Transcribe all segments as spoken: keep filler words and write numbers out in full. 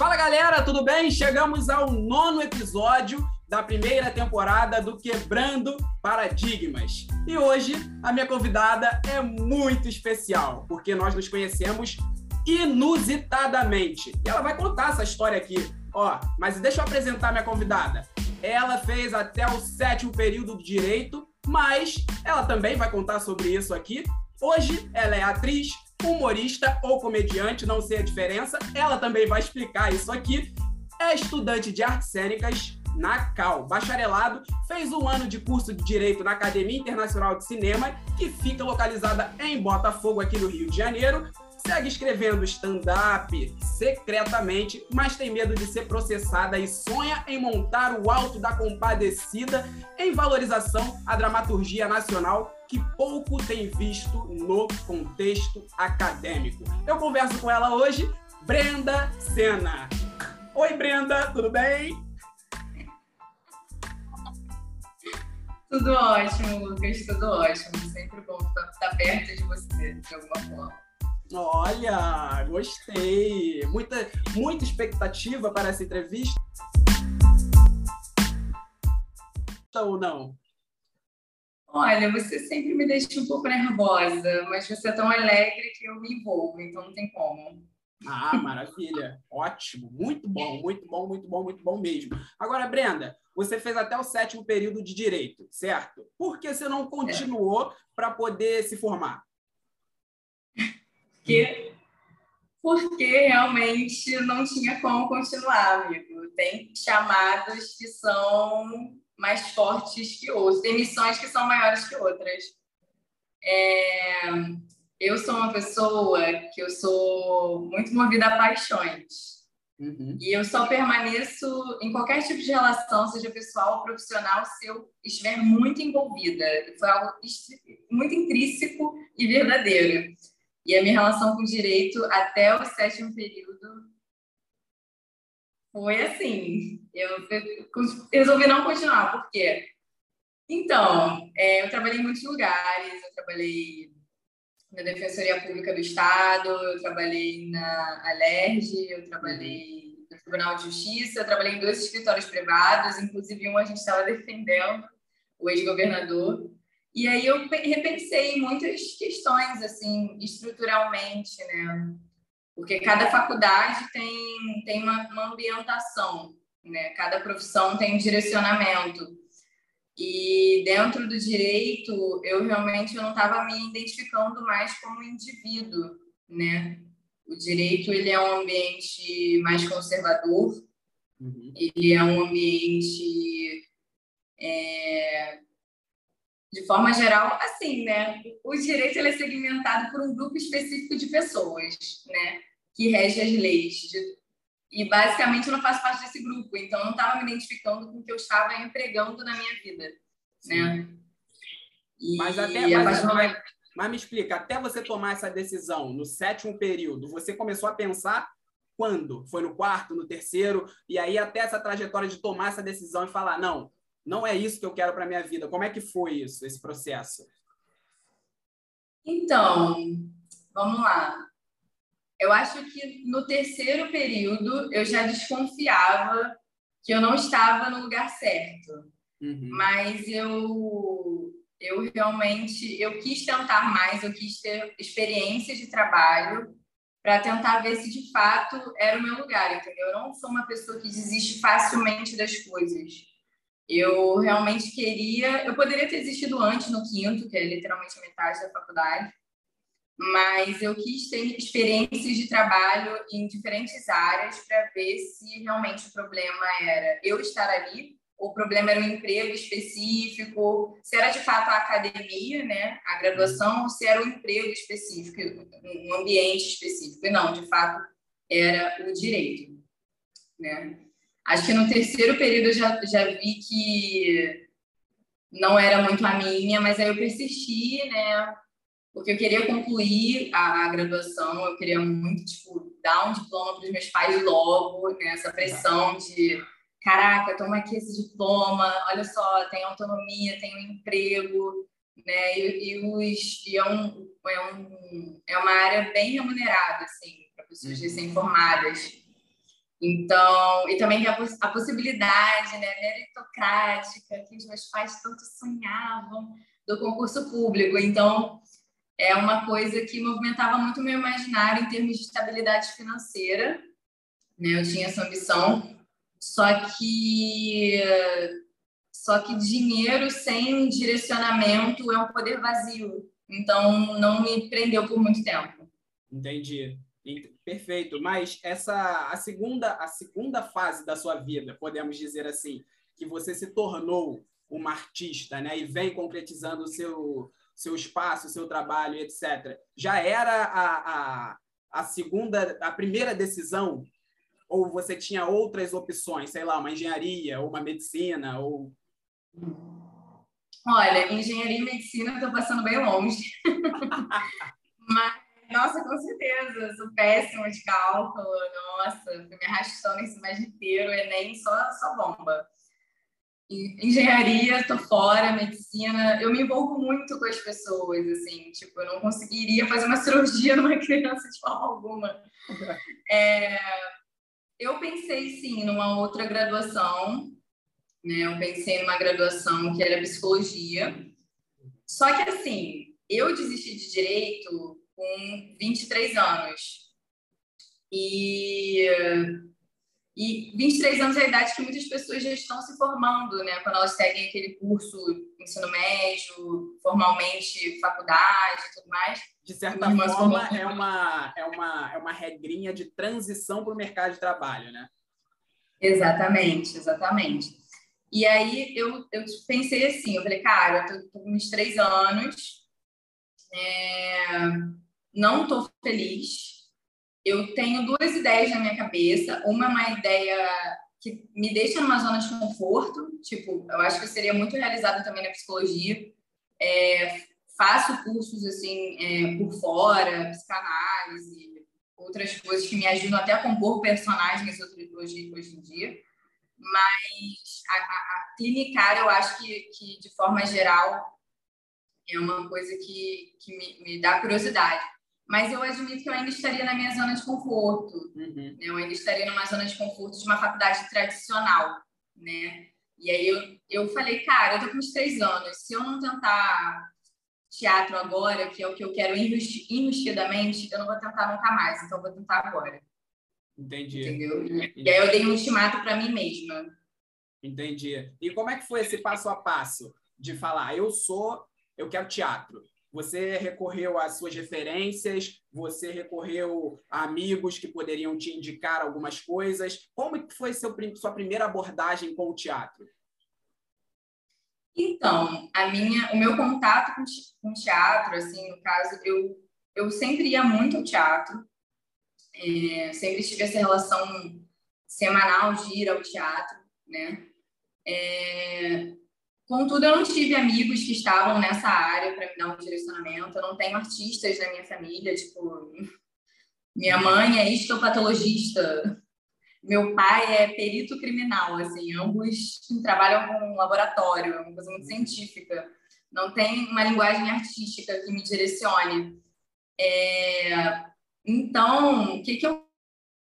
Fala galera, tudo bem? Chegamos ao nono episódio da primeira temporada do Quebrando Paradigmas. E hoje a minha convidada é muito especial, porque nós nos conhecemos inusitadamente. E ela vai contar essa história aqui. Ó, mas deixa eu apresentar minha convidada. Ela fez até o sétimo período de Direito, mas ela também vai contar sobre isso aqui. Hoje ela é atriz, humorista ou comediante, não sei a diferença. Ela também vai explicar isso aqui. É estudante de artes cênicas na Cal, bacharelado, fez um ano de curso de Direito na Academia Internacional de Cinema, que fica localizada em Botafogo, aqui no Rio de Janeiro. Segue escrevendo stand-up secretamente, mas tem medo de ser processada e sonha em montar o Alto da Compadecida em valorização à dramaturgia nacional, que pouco tem visto no contexto acadêmico. Eu converso com ela hoje, Brenda Senna. Oi, Brenda, tudo bem? Tudo ótimo, Lucas, tudo ótimo. Sempre bom estar perto de você, de alguma forma. Olha, gostei. Muita, muita expectativa para essa entrevista? Ou não? Olha, você sempre me deixa um pouco nervosa, mas você é tão alegre que eu me envolvo, então não tem como. Ah, maravilha. Ótimo. Muito bom, muito bom, muito bom, muito bom mesmo. Agora, Brenda, você fez até o sétimo período de Direito, certo? Por que você não continuou é. para poder se formar? Porque, porque realmente não tinha como continuar, amigo. Tem chamados que são mais fortes que outros, tem missões que são maiores que outras. É, eu sou uma pessoa que eu sou muito movida a paixões. Uhum. E eu só permaneço em qualquer tipo de relação, seja pessoal ou profissional, se eu estiver muito envolvida. Foi algo muito intrínseco e verdadeiro. E a minha relação com o direito até o sétimo período foi assim. Eu resolvi não continuar. Por quê? Então, é, eu trabalhei em muitos lugares. Eu trabalhei na Defensoria Pública do Estado, eu trabalhei na Alerj, eu trabalhei no Tribunal de Justiça, eu trabalhei em dois escritórios privados, inclusive um a gente estava defendendo, o ex-governador. E aí eu repensei muitas questões, assim, estruturalmente, né? Porque cada faculdade tem, tem uma, uma ambientação, né? Cada profissão tem um direcionamento. E dentro do direito, eu realmente eu não estava me identificando mais como indivíduo, né? O direito, ele é um ambiente mais conservador, uhum. Ele é um ambiente... É... De forma geral, assim, né? O direito ele é segmentado por um grupo específico de pessoas, né? Que rege as leis. De... E, basicamente, eu não faço parte desse grupo. Então, eu não estava me identificando com o que eu estava empregando na minha vida, né? E mas, até, mas, mas, mas me explica, até você tomar essa decisão no sétimo período, você começou a pensar quando? Foi no quarto, no terceiro? E aí, até essa trajetória de tomar essa decisão e falar, não... Não é isso que eu quero para a minha vida. Como é que foi isso, esse processo? Então, vamos lá. Eu acho que no terceiro período eu já desconfiava que eu não estava no lugar certo. Uhum. Mas eu, eu realmente eu quis tentar mais, eu quis ter experiência de trabalho para tentar ver se de fato era o meu lugar, entendeu? Eu não sou uma pessoa que desiste facilmente das coisas. Eu realmente queria... Eu poderia ter desistido antes, no quinto, que é literalmente a metade da faculdade, mas eu quis ter experiências de trabalho em diferentes áreas para ver se realmente o problema era eu estar ali, ou o problema era um emprego específico, se era de fato a academia, né, a graduação, ou se era um emprego específico, um ambiente específico. E não, de fato, era o direito, né? Acho que no terceiro período eu já, já vi que não era muito a minha, mas aí eu persisti, né? Porque eu queria concluir a, a graduação, eu queria muito, tipo, dar um diploma para os meus pais logo, né? Essa pressão de, caraca, toma aqui esse diploma, olha só, tem autonomia, tem um emprego, né? E, e, os, e é, um, é, um, é uma área bem remunerada, assim, para pessoas recém-formadas. Então, e também a, poss a possibilidade, né, meritocrática, que os meus pais tanto sonhavam, do concurso público. Então, é uma coisa que movimentava muito o meu imaginário em termos de estabilidade financeira, né? Eu tinha essa ambição, só que só que dinheiro sem direcionamento é um poder vazio. Então, não me prendeu por muito tempo. Entendi. Perfeito. Mas essa a segunda a segunda fase da sua vida, podemos dizer assim, que você se tornou uma artista, né, e vem concretizando o seu seu espaço, o seu trabalho, etcétera. Já era a, a, a segunda, a primeira decisão? Ou você tinha outras opções, sei lá, uma engenharia, ou uma medicina, ou... Olha, engenharia e medicina eu estou passando bem longe. Mas, nossa, com certeza, sou péssima de cálculo, nossa, fui me arrastando esse mês inteiro, Enem só, só bomba. Engenharia, tô fora, medicina, eu me envolvo muito com as pessoas, assim, tipo, eu não conseguiria fazer uma cirurgia numa criança de forma alguma. É, eu pensei, sim, numa outra graduação, né, eu pensei numa graduação que era psicologia, só que, assim, eu desisti de direito com vinte e três anos, e... E vinte e três anos é a idade que muitas pessoas já estão se formando, né? Quando elas seguem aquele curso, ensino médio, formalmente faculdade e tudo mais. De certa forma, é uma, é, uma, é uma regrinha de transição para o mercado de trabalho, né? Exatamente, exatamente. E aí eu, eu pensei assim, eu falei, cara, eu tô, tô com uns três anos, é, não estou feliz. Eu tenho duas ideias na minha cabeça. Uma é uma ideia que me deixa numa zona de conforto. Tipo, eu acho que eu seria muito realizada também na psicologia. É, faço cursos, assim, é, por fora, psicanálise, outras coisas que me ajudam até a compor personagens hoje, hoje em dia. Mas a, a, a clinicar, eu acho que, que, de forma geral, é uma coisa que, que me, me dá curiosidade. Mas eu admito que eu ainda estaria na minha zona de conforto. Uhum. Né? Eu ainda estaria numa zona de conforto de uma faculdade tradicional, né? E aí eu, eu falei, cara, eu tô com uns três anos. Se eu não tentar teatro agora, que é o que eu quero investidamente, eu não vou tentar nunca mais. Então eu vou tentar agora. Entendi. Entendeu? E, e aí eu dei um ultimato para mim mesma. Entendi. E como é que foi esse passo a passo de falar, eu sou, eu quero teatro? Você recorreu às suas referências, você recorreu a amigos que poderiam te indicar algumas coisas. Como foi seu, sua primeira abordagem com o teatro? Então, a minha, o meu contato com, com teatro, assim, no caso, eu, eu sempre ia muito ao teatro, é, sempre tive essa relação semanal de ir ao teatro, né? É, Contudo, eu não tive amigos que estavam nessa área para me dar um direcionamento. Eu não tenho artistas na minha família, tipo, minha mãe é histopatologista, meu pai é perito criminal, assim, ambos trabalham com um laboratório, é uma coisa muito científica. Não tem uma linguagem artística que me direcione. É... Então, o que, que eu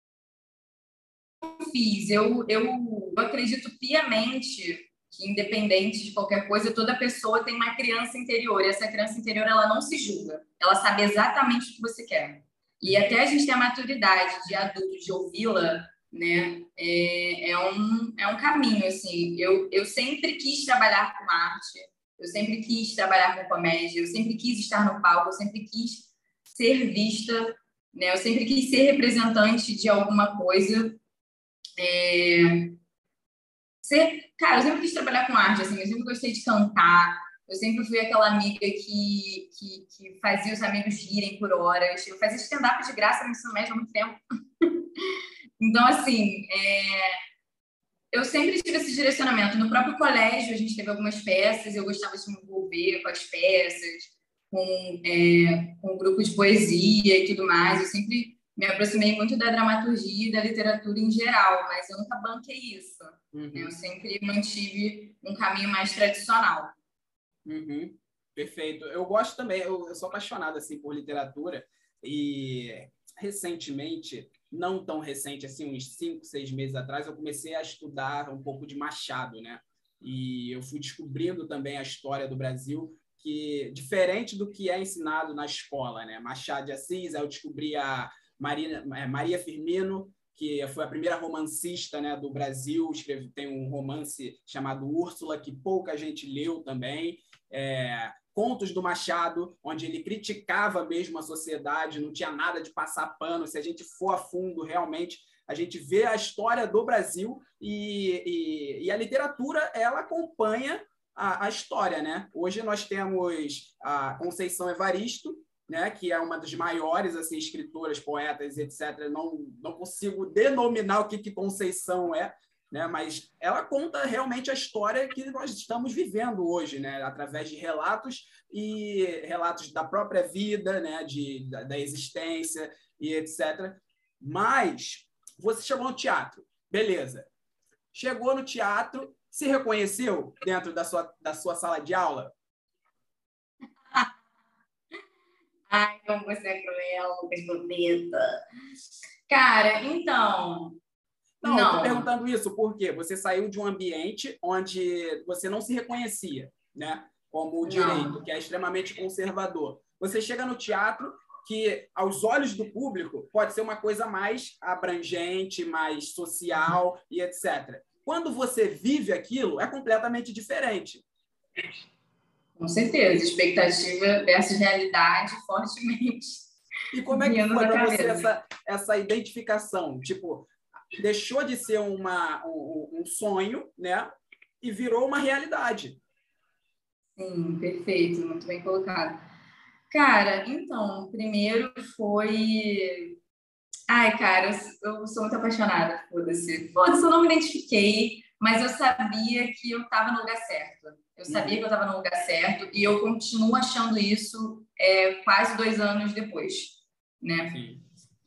fiz? Eu, eu, eu acredito piamente que, independente de qualquer coisa, toda pessoa tem uma criança interior, e essa criança interior, ela não se julga, ela sabe exatamente o que você quer. E até a gente ter a maturidade de adulto, de ouvi-la, né, é, é, um, é um caminho, assim. Eu, eu sempre quis trabalhar com arte, eu sempre quis trabalhar com comédia, eu sempre quis estar no palco, eu sempre quis ser vista, né, eu sempre quis ser representante de alguma coisa. É, Ser, cara, eu sempre quis trabalhar com arte, assim, eu sempre gostei de cantar, eu sempre fui aquela amiga que, que, que fazia os amigos rirem por horas, eu fazia stand-up de graça no ensino médio há muito tempo. Então, assim, é, eu sempre tive esse direcionamento. No próprio colégio, a gente teve algumas peças, eu gostava de me envolver com as peças, com, é, com o grupo de poesia e tudo mais, eu sempre me aproximei muito da dramaturgia e da literatura em geral, mas eu nunca banquei isso. Uhum. Eu sempre mantive um caminho mais tradicional. Uhum. Perfeito. Eu gosto também, eu, eu sou apaixonado assim, por literatura e recentemente não tão recente, assim, uns cinco, seis meses atrás, eu comecei a estudar um pouco de Machado, né? E eu fui descobrindo também a história do Brasil, que diferente do que é ensinado na escola, né? Machado de Assis, aí eu descobri a Maria, Maria Firmino, que foi a primeira romancista, né, do Brasil, escreve, tem um romance chamado Úrsula, que pouca gente leu também, é, contos do Machado, onde ele criticava mesmo a sociedade, não tinha nada de passar pano. Se a gente for a fundo, realmente, a gente vê a história do Brasil e, e, e a literatura, ela acompanha a, a história, né? Hoje nós temos a Conceição Evaristo, né, que é uma das maiores assim, escritoras, poetas, etcétera. Não, não consigo denominar o que, que Conceição é, né, mas ela conta realmente a história que nós estamos vivendo hoje, né, através de relatos e relatos da própria vida, né, de, da, da existência e etcétera. Mas você chegou no teatro, beleza. Chegou no teatro, se reconheceu dentro da sua, da sua sala de aula? Ai, como você é cruel, Lucas Bobeta. Cara, então... Não, não. Eu tô perguntando isso porque você saiu de um ambiente onde você não se reconhecia, né? Como o direito, não. Que é extremamente conservador. Você chega no teatro que, aos olhos do público, pode ser uma coisa mais abrangente, mais social e etcétera. Quando você vive aquilo, é completamente diferente. Com certeza, expectativa versus realidade fortemente. E como é que foi para você essa, essa identificação? Tipo, deixou de ser uma, um, um sonho, né? E virou uma realidade. Sim, perfeito, muito bem colocado. Cara, então, primeiro foi... Ai, cara, eu, eu sou muito apaixonada, foda-se. Foda-se, eu não me identifiquei, mas eu sabia que eu estava no lugar certo. Eu sabia que eu estava no lugar certo e eu continuo achando isso é, quase dois anos depois, né? Sim.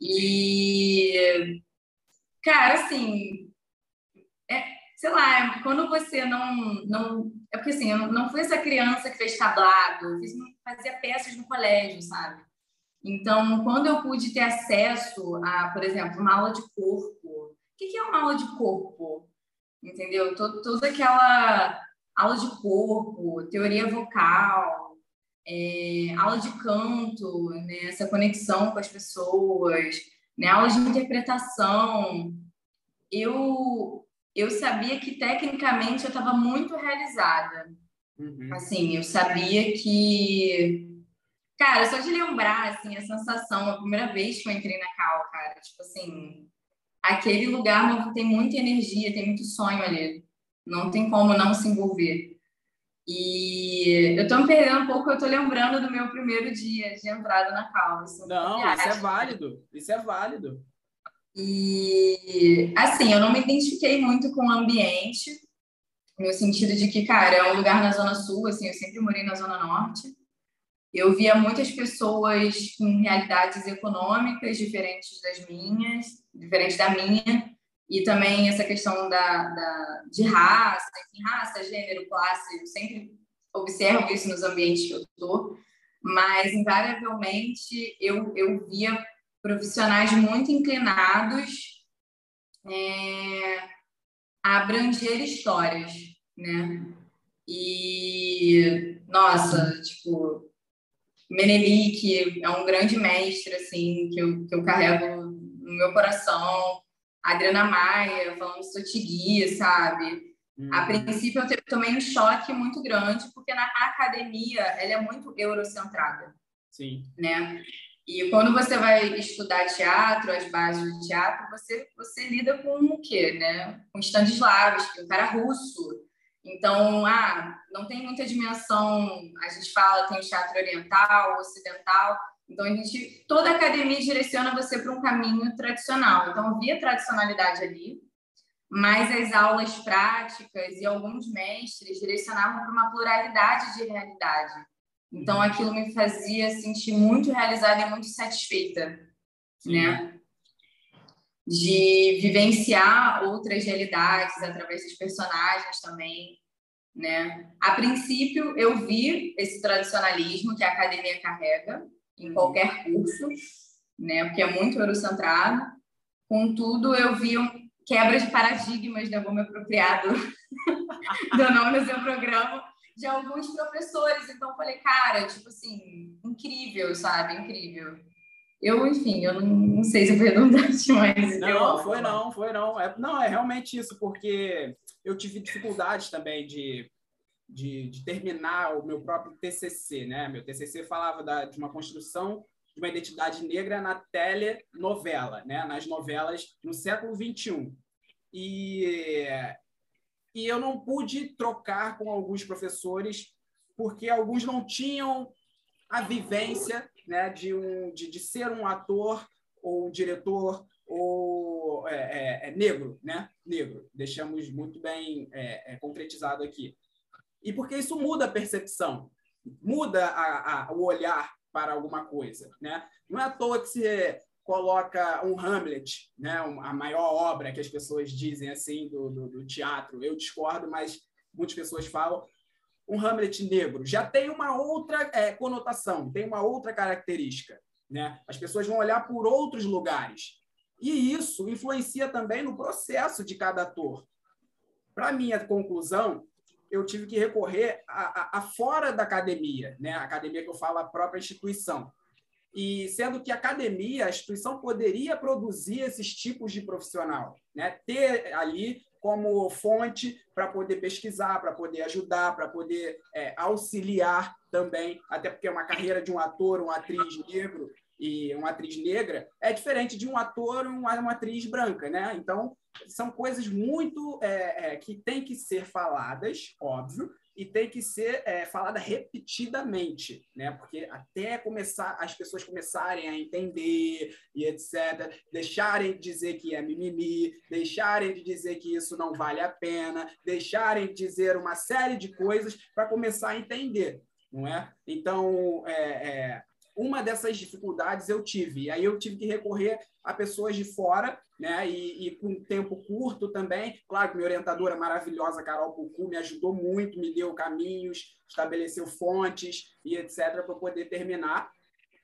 E, cara, assim, é, sei lá, quando você não, não... É porque, assim, eu não fui essa criança que fez tablado, fiz, fazia peças no colégio, sabe? Então, quando eu pude ter acesso a, por exemplo, uma aula de corpo. O que é uma aula de corpo? Entendeu? Todo, toda aquela aula de corpo, teoria vocal, é, aula de canto, né? Essa conexão com as pessoas, né? Aula de interpretação. Eu, eu sabia que, tecnicamente, eu estava muito realizada. Uhum. Assim, eu sabia que... Cara, só de lembrar, assim, a sensação, a primeira vez que eu entrei na Cal, cara, tipo assim, aquele lugar tem muita energia, tem muito sonho ali. Não tem como não se envolver. E eu tô me perdendo um pouco, eu tô lembrando do meu primeiro dia de entrada na Cal. Isso não, isso é válido, isso é válido. E, assim, eu não me identifiquei muito com o ambiente, no sentido de que, cara, é um lugar na Zona Sul, assim, eu sempre morei na Zona Norte. Eu via muitas pessoas com realidades econômicas diferentes das minhas, diferentes da minha, e também essa questão da, da, de raça, enfim, raça, gênero, classe, eu sempre observo isso nos ambientes que eu estou, mas, invariavelmente, eu, eu via profissionais muito inclinados é, a abranger histórias, né? E, nossa, tipo... Menelik é um grande mestre, assim, que eu, que eu carrego no meu coração. A Adriana Maia, falando Sotigui, sabe? Uhum. A princípio, eu tomei um choque muito grande, porque na academia ela é muito eurocentrada. Sim. Né? E quando você vai estudar teatro, as bases do teatro, você, você lida com o quê? Né? Com Stanislavski, um cara russo. Então, ah, não tem muita dimensão, a gente fala, tem teatro oriental, ocidental, então a gente, toda a academia direciona você para um caminho tradicional. Então, havia tradicionalidade ali, mas as aulas práticas e alguns mestres direcionavam para uma pluralidade de realidade. Então, aquilo me fazia sentir muito realizada e muito satisfeita, Sim. né? De vivenciar outras realidades através dos personagens também, né? A princípio, eu vi esse tradicionalismo que a academia carrega em qualquer curso, né? Porque é muito eurocentrado, Contudo, eu vi um quebra de paradigmas, né? Vou me apropriar do, do nome do seu programa, de alguns professores. Então, eu falei, cara, tipo assim, incrível, sabe? Incrível. Eu, enfim, eu não, não sei se foi redundante, mas... Não, foi não, foi não. É, não, é realmente isso, porque eu tive dificuldades também de, de, de terminar o meu próprio T C C, né? Meu T C C falava da, de uma construção de uma identidade negra na telenovela, né? Nas novelas no século vinte e um. E, e eu não pude trocar com alguns professores, porque alguns não tinham a vivência, né, de, um, de, de ser um ator ou um diretor ou é, é, é negro, né? Negro. Deixamos muito bem é, é, concretizado aqui. E porque isso muda a percepção, muda a, a, o olhar para alguma coisa, né? Não é à toa que se coloca um Hamlet, né? A maior obra que as pessoas dizem assim do, do, do teatro. Eu discordo, mas muitas pessoas falam um Hamlet negro. Já tem uma outra é, conotação, tem uma outra característica, né? As pessoas vão olhar por outros lugares. E isso influencia também no processo de cada ator. Para minha conclusão, eu tive que recorrer a, a, a fora da academia, né? A academia que eu falo, a própria instituição. E sendo que a academia, a instituição poderia produzir esses tipos de profissional, né? Ter ali como fonte para poder pesquisar, para poder ajudar, para poder é, auxiliar também, até porque uma carreira de um ator, uma atriz negro e uma atriz negra é diferente de um ator ou uma, uma atriz branca, né? Então, são coisas muito é, é, que têm que ser faladas, óbvio, e tem que ser é, falada repetidamente, né? Porque até começar as pessoas começarem a entender e etcétera, deixarem de dizer que é mimimi, deixarem de dizer que isso não vale a pena, deixarem de dizer uma série de coisas para começar a entender, não é? Então, é, é, uma dessas dificuldades eu tive, e aí eu tive que recorrer a pessoas de fora, né? E, e com tempo curto também. Claro que minha orientadora maravilhosa, Carol Pucu, me ajudou muito, me deu caminhos, estabeleceu fontes e etcétera para poder terminar.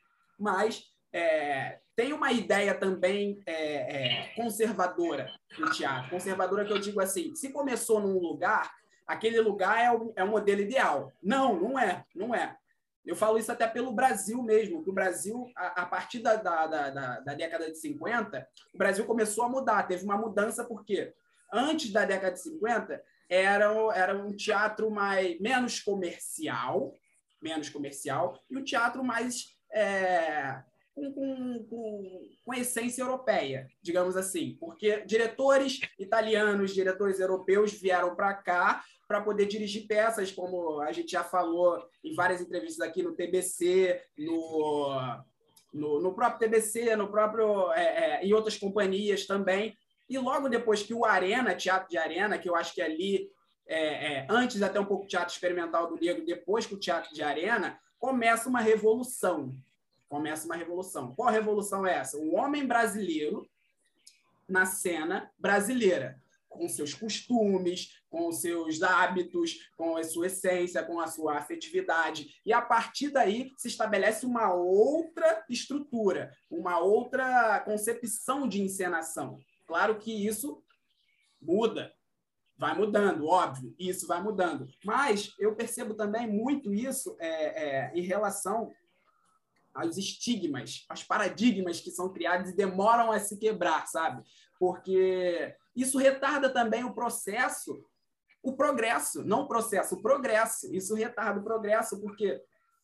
Mas é, tem uma ideia também é, é, conservadora no teatro. Conservadora que eu digo assim, se começou num lugar, aquele lugar é o, é o modelo ideal. Não, não é, não é. Eu falo isso até pelo Brasil mesmo, que o Brasil, a, a partir da, da, da, da década de cinquenta, o Brasil começou a mudar, teve uma mudança, porque antes da década de cinquenta era, era um teatro mais, menos comercial, menos comercial, e um teatro mais é, com, com, com, com essência europeia, digamos assim, porque diretores italianos, diretores europeus vieram para cá para poder dirigir peças, como a gente já falou em várias entrevistas aqui no T B C, no, no, no próprio T B C, no próprio, é, é, em outras companhias também. E logo depois que o Arena, Teatro de Arena, que eu acho que ali, é, é, antes até um pouco o Teatro Experimental do Negro, depois que o Teatro de Arena, começa uma revolução. Começa uma revolução. Qual revolução é essa? O homem brasileiro na cena brasileira, com seus costumes, com os seus hábitos, com a sua essência, com a sua afetividade. E, a partir daí, se estabelece uma outra estrutura, uma outra concepção de encenação. Claro que isso muda, vai mudando, óbvio, isso vai mudando. Mas eu percebo também muito isso é, é, em relação aos estigmas, aos paradigmas que são criados e demoram a se quebrar, sabe? Porque isso retarda também o processo, o progresso, não o processo, o progresso. Isso retarda o progresso, porque,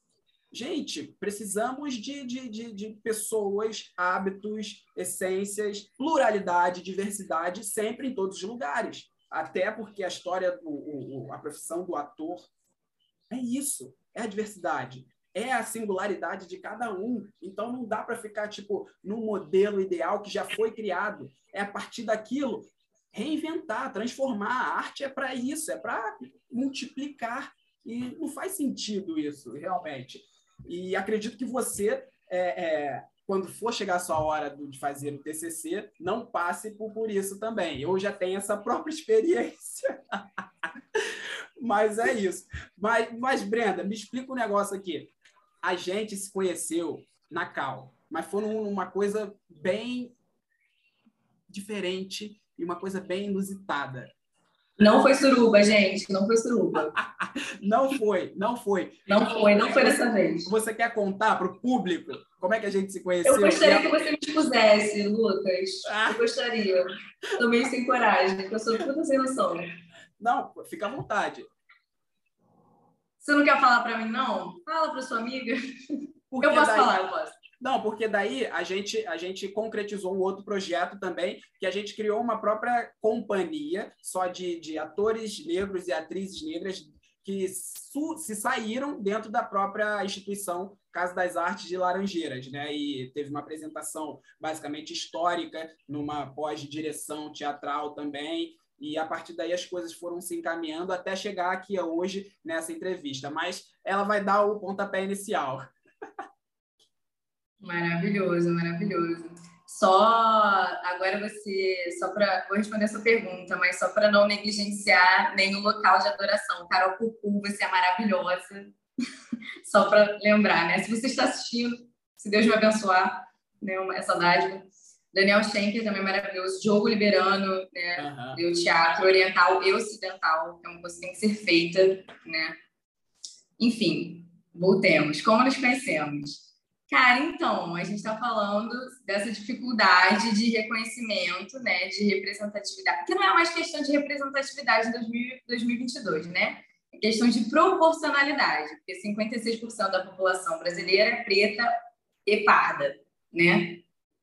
gente, precisamos de, de, de, de pessoas, hábitos, essências, pluralidade, diversidade, sempre em todos os lugares. Até porque a história, do, o, a profissão do ator é isso, é a diversidade. É a singularidade de cada um. Então, não dá para ficar tipo num modelo ideal que já foi criado. É a partir daquilo reinventar, transformar. A arte é para isso, é para multiplicar. E não faz sentido isso, realmente. E acredito que você, é, é, quando for chegar a sua hora de fazer o T C C, não passe por, por isso também. Eu já tenho essa própria experiência. Mas é isso. Mas, mas, Brenda, me explica um negócio aqui. A gente se conheceu na Cal, mas foi uma coisa bem diferente e uma coisa bem inusitada. Não foi suruba, gente, não foi suruba. Não foi, não foi. Não foi, não foi dessa vez. Você quer contar para o público como é que a gente se conheceu? Eu gostaria que você me expusesse, Lucas. Ah. Eu gostaria. Tô meio sem coragem, porque eu sou toda sem noção. Não, fica à vontade. Você não quer falar para mim, não? Fala para sua amiga. Porque eu posso daí... falar, eu posso. Não, porque daí a gente, a gente concretizou um outro projeto também, que a gente criou uma própria companhia só de, de atores negros e atrizes negras que su, se saíram dentro da própria instituição Casa das Artes de Laranjeiras, né? E teve uma apresentação basicamente histórica, numa pós-direção teatral também, e a partir daí as coisas foram se encaminhando até chegar aqui hoje nessa entrevista. Mas ela vai dar o pontapé inicial. Maravilhoso, maravilhoso. Só agora você, só para vou responder a sua pergunta, mas só para não negligenciar nenhum local de adoração. Carol Cucu, você é maravilhosa. Só para lembrar, né? Se você está assistindo, se Deus me abençoar, né, essa dádiva. Daniel Schenker também é maravilhoso. Diogo Liberano, né? Uhum. Deu teatro oriental e ocidental, é uma coisa que tem que ser feita, né? Enfim, voltemos. Como nos conhecemos? Cara, então, a gente está falando dessa dificuldade de reconhecimento, né, de representatividade, porque não é mais questão de representatividade em dois mil e vinte e dois, né? É questão de proporcionalidade, porque cinquenta e seis por cento da população brasileira é preta e parda, né?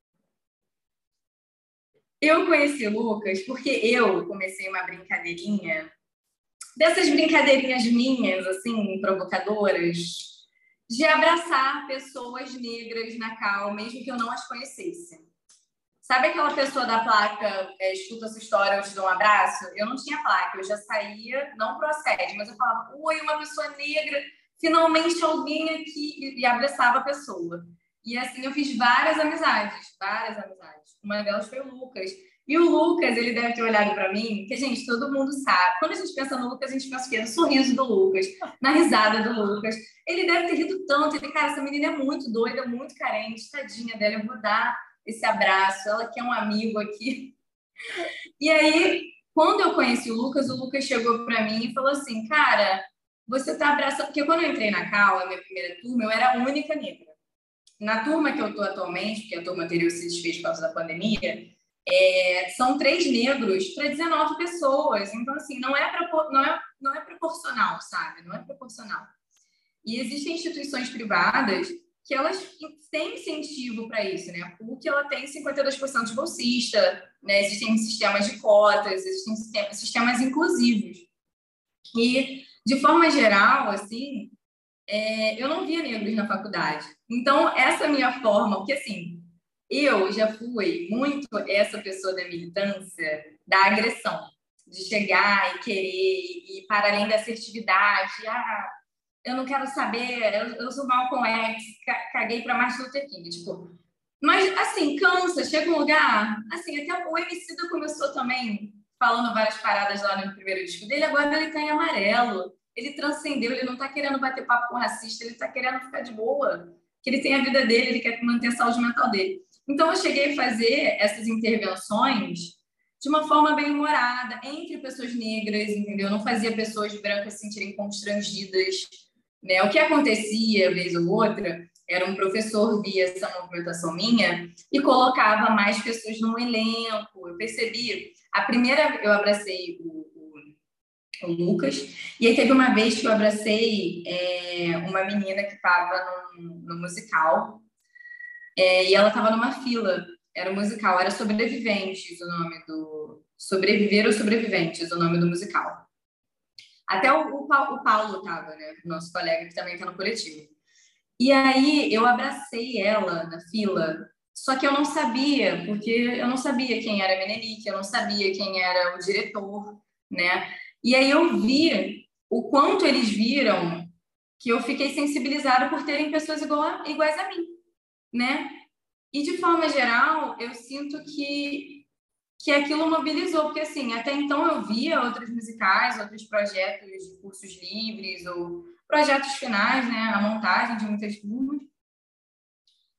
Eu conheci o Lucas porque eu comecei uma brincadeirinha, dessas brincadeirinhas minhas, assim, provocadoras, de abraçar pessoas negras na cal, mesmo que eu não as conhecesse. Sabe aquela pessoa da placa, é, escuta essa história, eu te dou um abraço? Eu não tinha placa, eu já saía, não procede, mas eu falava, oi, uma pessoa negra, finalmente alguém aqui, e abraçava a pessoa. E assim eu fiz várias amizades, várias amizades. Uma delas foi o Lucas. E o Lucas, ele deve ter olhado para mim, que, gente, todo mundo sabe. Quando a gente pensa no Lucas, a gente pensa o quê? No sorriso do Lucas, na risada do Lucas. Ele deve ter rido tanto. Ele, cara, essa menina é muito doida, muito carente, tadinha dela, eu vou dar esse abraço. Ela quer um amigo aqui. E aí, quando eu conheci o Lucas, o Lucas chegou para mim e falou assim, cara, você tá abraçando... Porque quando eu entrei na Cal, a minha primeira turma, eu era a única negra. Na turma que eu tô atualmente, porque a turma anterior se desfez por causa da pandemia, É, são três negros para dezenove pessoas. Então, assim, não é, propor, não, é, não é proporcional, sabe? Não é proporcional. E existem instituições privadas que elas têm incentivo para isso, né? A PUC, ela tem cinquenta e dois por cento de bolsista, né? Existem sistemas de cotas, existem sistemas, sistemas inclusivos. E, de forma geral, assim, é, eu não via negros na faculdade. Então, essa minha forma, porque, assim, eu já fui muito essa pessoa da militância, da agressão, de chegar e querer, e para além da assertividade, ah, eu não quero saber, eu, eu sou Malcolm X, caguei para Martin Luther King, tipo, mas assim, cansa, chega um lugar, assim, até o Emicida começou também falando várias paradas lá no primeiro disco dele, agora ele tá em amarelo, ele transcendeu, ele não tá querendo bater papo com racista, ele tá querendo ficar de boa, que ele tem a vida dele, ele quer manter a saúde mental dele. Então, eu cheguei a fazer essas intervenções de uma forma bem humorada, entre pessoas negras, entendeu? Eu não fazia pessoas brancas se sentirem constrangidas, né? O que acontecia, vez ou outra, era um professor via essa movimentação minha e colocava mais pessoas no elenco. Eu percebi, a primeira, eu abracei o, o, o Lucas, e aí teve uma vez que eu abracei é, uma menina que estava no, no musical, É, e ela estava numa fila, era um musical, era Sobreviventes o nome do... Sobreviver ou Sobreviventes, o nome do musical. Até o, o, o Paulo estava, né, nosso colega que também está no coletivo. E aí eu abracei ela na fila, só que eu não sabia, porque eu não sabia quem era a Menenique, eu não sabia quem era o diretor, né? E aí eu vi o quanto eles viram que eu fiquei sensibilizada por terem pessoas igual, iguais a mim, né? E, de forma geral, eu sinto que, que aquilo mobilizou, porque, assim, até então eu via outros musicais, outros projetos de cursos livres ou projetos finais, né, a montagem de muitas turmas.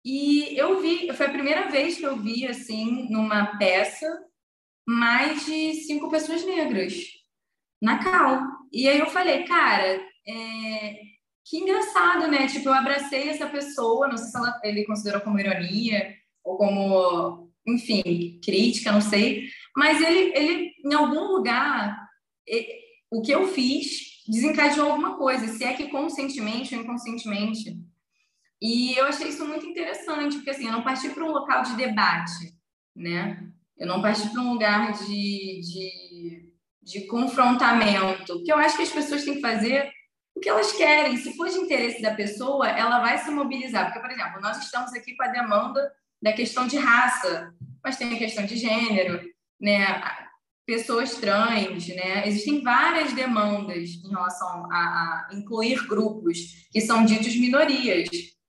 E eu vi, foi a primeira vez que eu vi, assim, numa peça, mais de cinco pessoas negras na cal. E aí eu falei, cara, é... que engraçado, né? Tipo, eu abracei essa pessoa, não sei se ela, ele considerou como ironia ou como, enfim, crítica, não sei. Mas ele, ele em algum lugar, ele, o que eu fiz desencadeou alguma coisa, se é que conscientemente ou inconscientemente. E eu achei isso muito interessante, porque assim, eu não parti para um local de debate, né? Eu não parti para um lugar de, de, de confrontamento, porque eu acho que as pessoas têm que fazer o que elas querem. Se for de interesse da pessoa, ela vai se mobilizar. Porque, por exemplo, nós estamos aqui com a demanda da questão de raça, mas tem a questão de gênero, né? Pessoas trans, né? Existem várias demandas em relação a, a incluir grupos que são ditos minorias.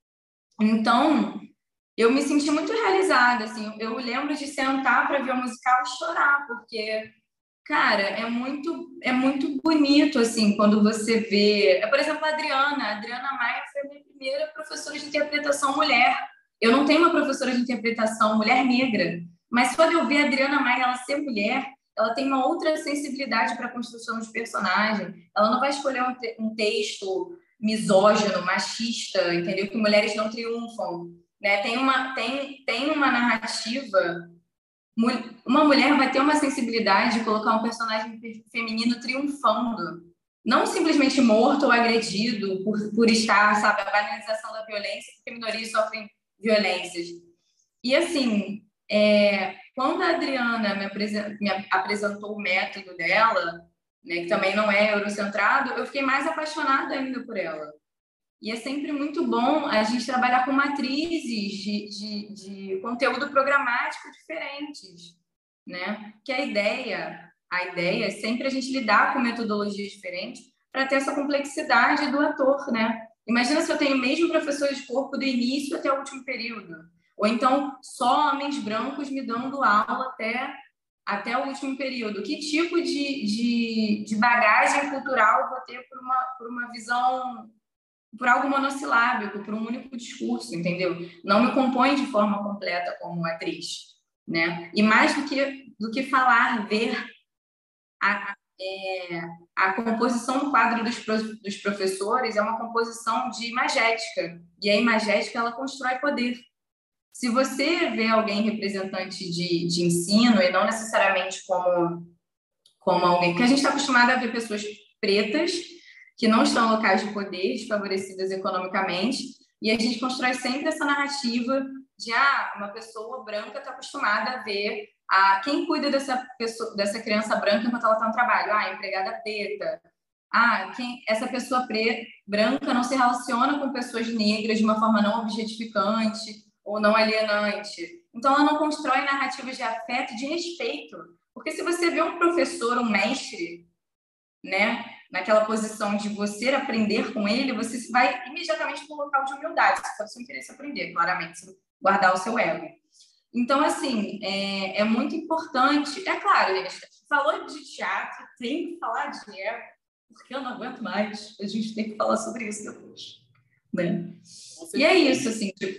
Então, eu me senti muito realizada, assim. Eu lembro de sentar para ver o musical e chorar, porque, cara, é muito, é muito bonito, assim, quando você vê... Por exemplo, a Adriana. A Adriana Maia foi a minha primeira professora de interpretação mulher. Eu não tenho uma professora de interpretação mulher negra, mas quando eu vi a Adriana Maia, ela ser mulher, ela tem uma outra sensibilidade para a construção de personagem. Ela não vai escolher um, te um texto misógino, machista, entendeu? Que mulheres não triunfam, né? Tem uma, tem, tem uma narrativa... Uma mulher vai ter uma sensibilidade de colocar um personagem feminino triunfando, não simplesmente morto ou agredido por, por estar, sabe, a banalização da violência, porque minorias sofrem violências. E, assim, é, quando a Adriana me, apresen me apresentou o método dela, né, que também não é eurocentrado, eu fiquei mais apaixonada ainda por ela. E é sempre muito bom a gente trabalhar com matrizes de, de, de conteúdo programático diferentes, né? Que a ideia, a ideia é sempre a gente lidar com metodologias diferentes para ter essa complexidade do ator, né? Imagina se eu tenho o mesmo professor de corpo do início até o último período. Ou então, só homens brancos me dando aula até, até o último período. Que tipo de, de, de bagagem cultural eu vou ter por uma, por uma visão... por algo monossilábico, por um único discurso, entendeu? Não me compõe de forma completa como atriz, né? E mais do que, do que falar, ver a, é, a composição do quadro dos, dos professores é uma composição de imagética, e a imagética, ela constrói poder. Se você vê alguém representante de, de ensino, e não necessariamente como, como alguém... Porque a gente está acostumado a ver pessoas pretas que não estão em locais de poder, desfavorecidas economicamente, e a gente constrói sempre essa narrativa de ah, uma pessoa branca está acostumada a ver a, quem cuida dessa, pessoa, dessa criança branca enquanto ela está no trabalho, ah, a empregada preta, ah, quem, essa pessoa preta, branca não se relaciona com pessoas negras de uma forma não objetificante ou não alienante. Então, ela não constrói narrativas de afeto e de respeito, porque se você vê um professor, um mestre, né, naquela posição de você aprender com ele, você vai imediatamente para um local de humildade, se for seu interesse aprender, claramente, sem guardar o seu ego. Então, assim, é, é muito importante. É claro, gente, falou de teatro, tem que falar de ego, porque eu não aguento mais. A gente tem que falar sobre isso depois, né? E é isso, assim, tipo,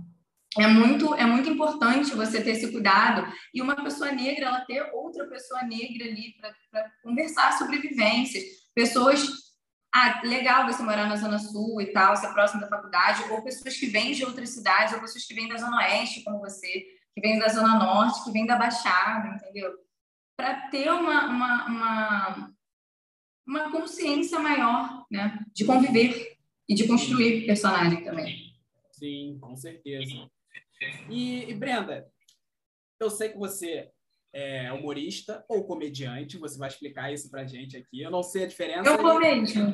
é muito, é muito importante você ter esse cuidado e uma pessoa negra, ela ter outra pessoa negra ali para conversar sobre vivências. Pessoas, ah, legal você morar na Zona Sul e tal, ser próximo da faculdade, ou pessoas que vêm de outras cidades, ou pessoas que vêm da Zona Oeste, como você, que vêm da Zona Norte, que vêm da Baixada, entendeu? Para ter uma, uma, uma, uma consciência maior, né? De conviver e de construir personagem também. Sim, com certeza. E, e Brenda, eu sei que você é humorista ou comediante, você vai explicar isso pra gente aqui. Eu não sei a diferença. Eu vou mesmo.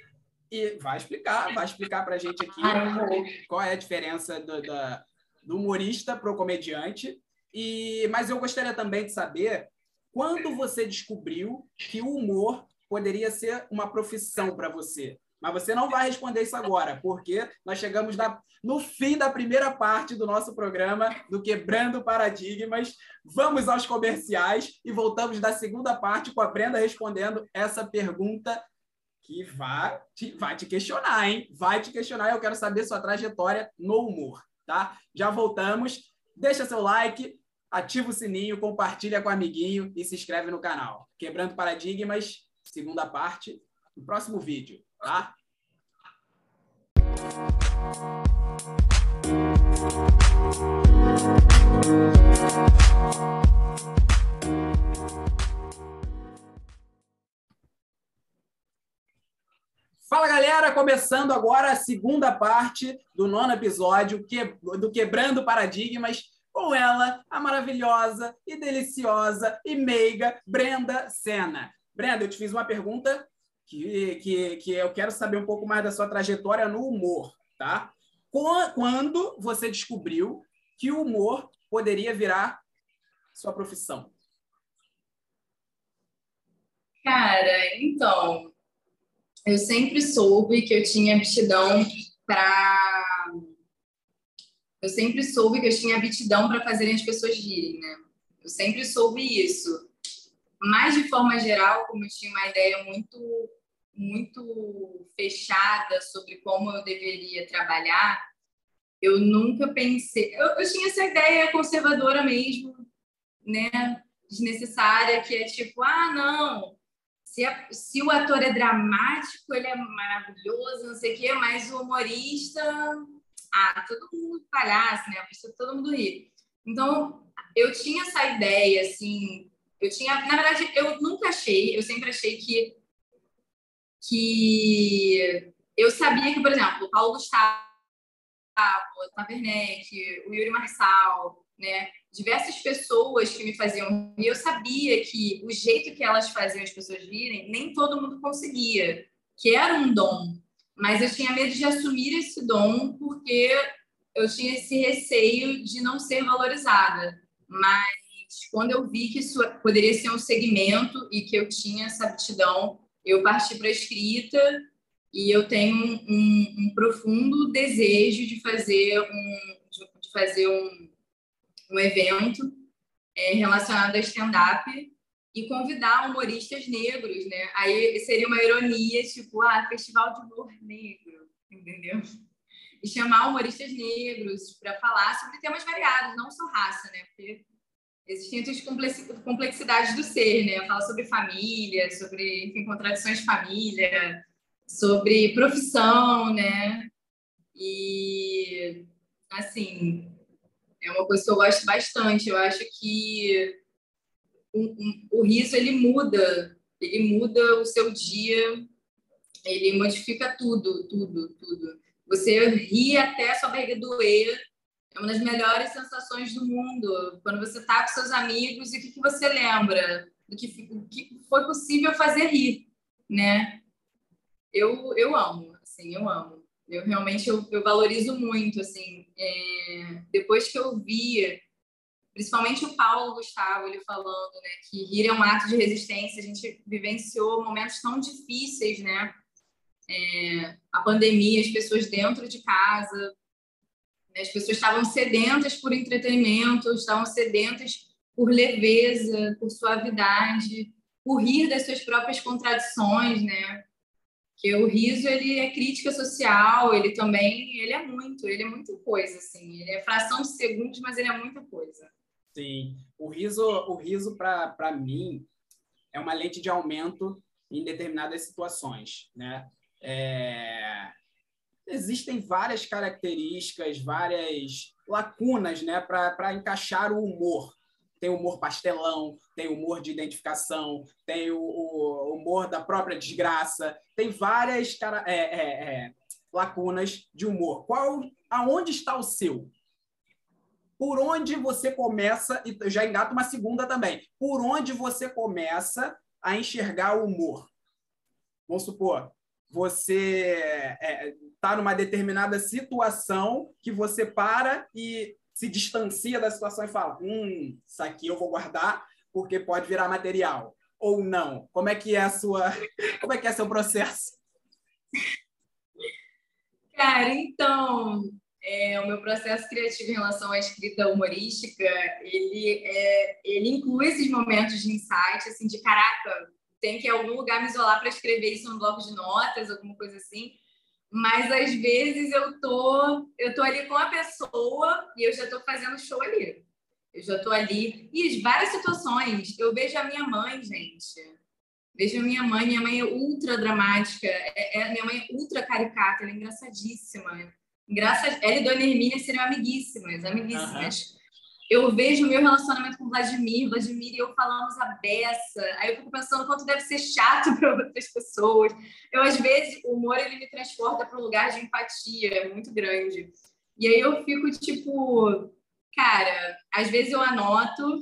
E vai explicar, vai explicar pra gente aqui Ai, qual é a diferença do, da, do humorista pro comediante. E, mas eu gostaria também de saber quando você descobriu que o humor poderia ser uma profissão para você. Mas você não vai responder isso agora, porque nós chegamos na, no fim da primeira parte do nosso programa, do Quebrando Paradigmas. Vamos aos comerciais e voltamos da segunda parte com a Brenda respondendo essa pergunta que vai te, vai te questionar, hein? Vai te questionar e eu quero saber sua trajetória no humor. tá? Já voltamos. Deixa seu like, ativa o sininho, compartilha com o amiguinho e se inscreve no canal. Quebrando Paradigmas, segunda parte, no próximo vídeo, tá? Fala, galera! Começando agora a segunda parte do nono episódio do Quebrando Paradigmas, com ela, a maravilhosa e deliciosa e meiga Brenda Senna. Brenda, eu te fiz uma pergunta que, que, que eu quero saber um pouco mais da sua trajetória no humor, tá? Quando você descobriu que o humor poderia virar sua profissão? Cara, então... eu sempre soube que eu tinha aptidão para... Eu sempre soube que eu tinha aptidão para fazer as pessoas rirem, né? Eu sempre soube isso. Mas, de forma geral, como eu tinha uma ideia muito, muito fechada sobre como eu deveria trabalhar, eu nunca pensei... Eu, eu tinha essa ideia conservadora mesmo, né? Desnecessária, que é tipo, ah, não... Se, a, se o ator é dramático, ele é maravilhoso, não sei o quê, mas o humorista... Ah, todo mundo palhaço, né? A pessoa, todo mundo ri. Então, eu tinha essa ideia, assim... Eu tinha... Na verdade, eu nunca achei... Eu sempre achei que... Que... Eu sabia que, por exemplo, o Paulo Gustavo, o Tata Werneck, o Yuri Marçal, né? Diversas pessoas que me faziam rir, eu sabia que o jeito que elas faziam as pessoas rirem, nem todo mundo conseguia, que era um dom. Mas eu tinha medo de assumir esse dom porque eu tinha esse receio de não ser valorizada. Mas quando eu vi que isso poderia ser um segmento e que eu tinha essa aptidão, eu parti para a escrita e eu tenho um, um, um profundo desejo de fazer um, de fazer um, um evento é, relacionado a stand-up e convidar humoristas negros, né? Aí seria uma ironia, tipo, ah, festival de humor negro, entendeu? E chamar humoristas negros para falar sobre temas variados, não só raça, né? Porque existem outras complexidades do ser, né? Fala sobre família, sobre, enfim, contradições de família, sobre profissão, né? E, assim, é uma coisa que eu gosto bastante. Eu acho que o, um, o riso, ele muda. Ele muda o seu dia. Ele modifica tudo, tudo, tudo. Você ri até a sua barriga doer. É uma das melhores sensações do mundo. Quando você está com seus amigos e o que, que você lembra? Do que, o que foi possível fazer rir, né? Eu, eu amo, assim, eu amo. Eu realmente eu, eu valorizo muito, assim. É, depois que eu vi, principalmente o Paulo Gustavo, ele falando, né, que rir é um ato de resistência. A gente vivenciou momentos tão difíceis, né? É, a pandemia, as pessoas dentro de casa, né? As pessoas estavam sedentas por entretenimento, estavam sedentas por leveza, por suavidade, por rir das suas próprias contradições, né? Que o riso, ele é crítica social, ele também, ele é muito, ele é muita coisa, assim. Ele é fração de segundos, mas ele é muita coisa. Sim. O riso, o riso para mim, é uma lente de aumento em determinadas situações, né? É... Existem várias características, várias lacunas, né, para encaixar o humor. Tem humor pastelão, tem humor de identificação, tem o, o humor da própria desgraça, tem várias cara, é, é, é, lacunas de humor. Qual, aonde está o seu? Por onde você começa, e eu já engato uma segunda também, por onde você começa a enxergar o humor? Vamos supor, você está é, numa determinada situação que você para e se distancia da situação e fala, hum, isso aqui eu vou guardar porque pode virar material. Ou não? Como é que é a sua... Como é que é seu processo? Cara, então, é, o meu processo criativo em relação à escrita humorística, ele, é, ele inclui esses momentos de insight, assim, de caraca, tem que em algum lugar me isolar para escrever isso no bloco de notas, alguma coisa assim. Mas às vezes eu tô, eu tô ali com a pessoa e eu já tô fazendo show ali. Eu já tô ali. E várias situações. Eu vejo a minha mãe, gente. Vejo a minha mãe. Minha mãe é ultra dramática. É, é, minha mãe é ultra caricata. Ela é engraçadíssima. Engraçad... Ela e Dona Hermínia seriam amiguíssimas. Amiguíssimas. Uhum. Eu vejo o meu relacionamento com o Vladimir. Vladimir e eu falamos a beça. Aí eu fico pensando quanto deve ser chato para outras pessoas. Eu, às vezes, o humor ele me transporta para um lugar de empatia. É muito grande. E aí eu fico, tipo... Cara, às vezes eu anoto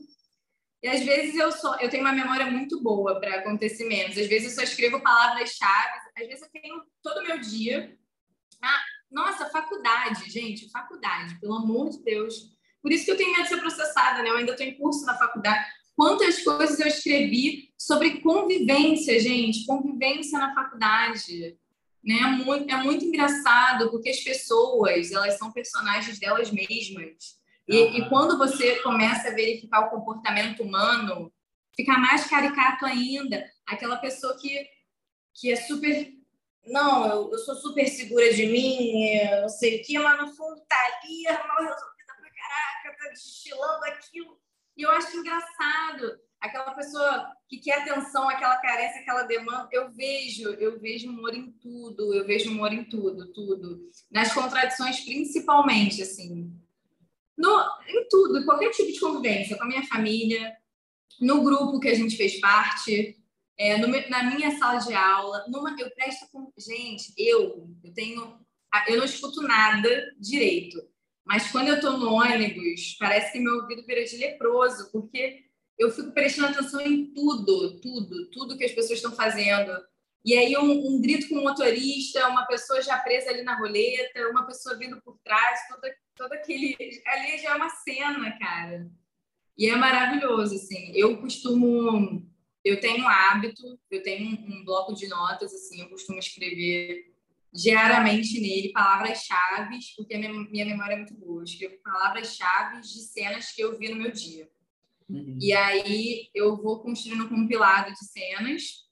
e às vezes eu só eu tenho uma memória muito boa para acontecimentos. Às vezes eu só escrevo palavras-chave. Às vezes eu tenho todo o meu dia. Ah, nossa, faculdade, gente, faculdade, pelo amor de Deus. Por isso que eu tenho medo de ser processada, né? Eu ainda estou em curso na faculdade. Quantas coisas eu escrevi sobre convivência, gente, convivência na faculdade. Né? É muito, é muito engraçado, porque as pessoas, elas são personagens delas mesmas. E, uhum. e quando você começa a verificar o comportamento humano, fica mais caricato ainda. Aquela pessoa que, que é super... Não, eu, eu sou super segura de mim, eu não sei o quê, mas no fundo tá ali, mal resolvida pra caraca, tá destilando aquilo. E eu acho engraçado. Aquela pessoa que quer atenção, aquela carência, aquela demanda, eu vejo, eu vejo humor em tudo, eu vejo humor em tudo, tudo. Nas contradições, principalmente, assim. No, em tudo, em qualquer tipo de convivência, com a minha família, no grupo que a gente fez parte, é, no, na minha sala de aula, numa, eu presto com... Gente, eu, eu tenho... Eu não escuto nada direito, mas quando eu tô no ônibus, parece que meu ouvido vira de leproso, porque eu fico prestando atenção em tudo, tudo, tudo que as pessoas estão fazendo. E aí um, um grito com o motorista, uma pessoa já presa ali na roleta, uma pessoa vindo por trás, todo, todo aquele... Ali já é uma cena, cara. E é maravilhoso, assim. Eu costumo... Eu tenho um hábito, eu tenho um, um bloco de notas, assim, eu costumo escrever diariamente nele palavras-chave, porque a minha, minha memória é muito boa. Eu escrevo palavras-chave de cenas que eu vi no meu dia. Uhum. E aí eu vou construindo um compilado de cenas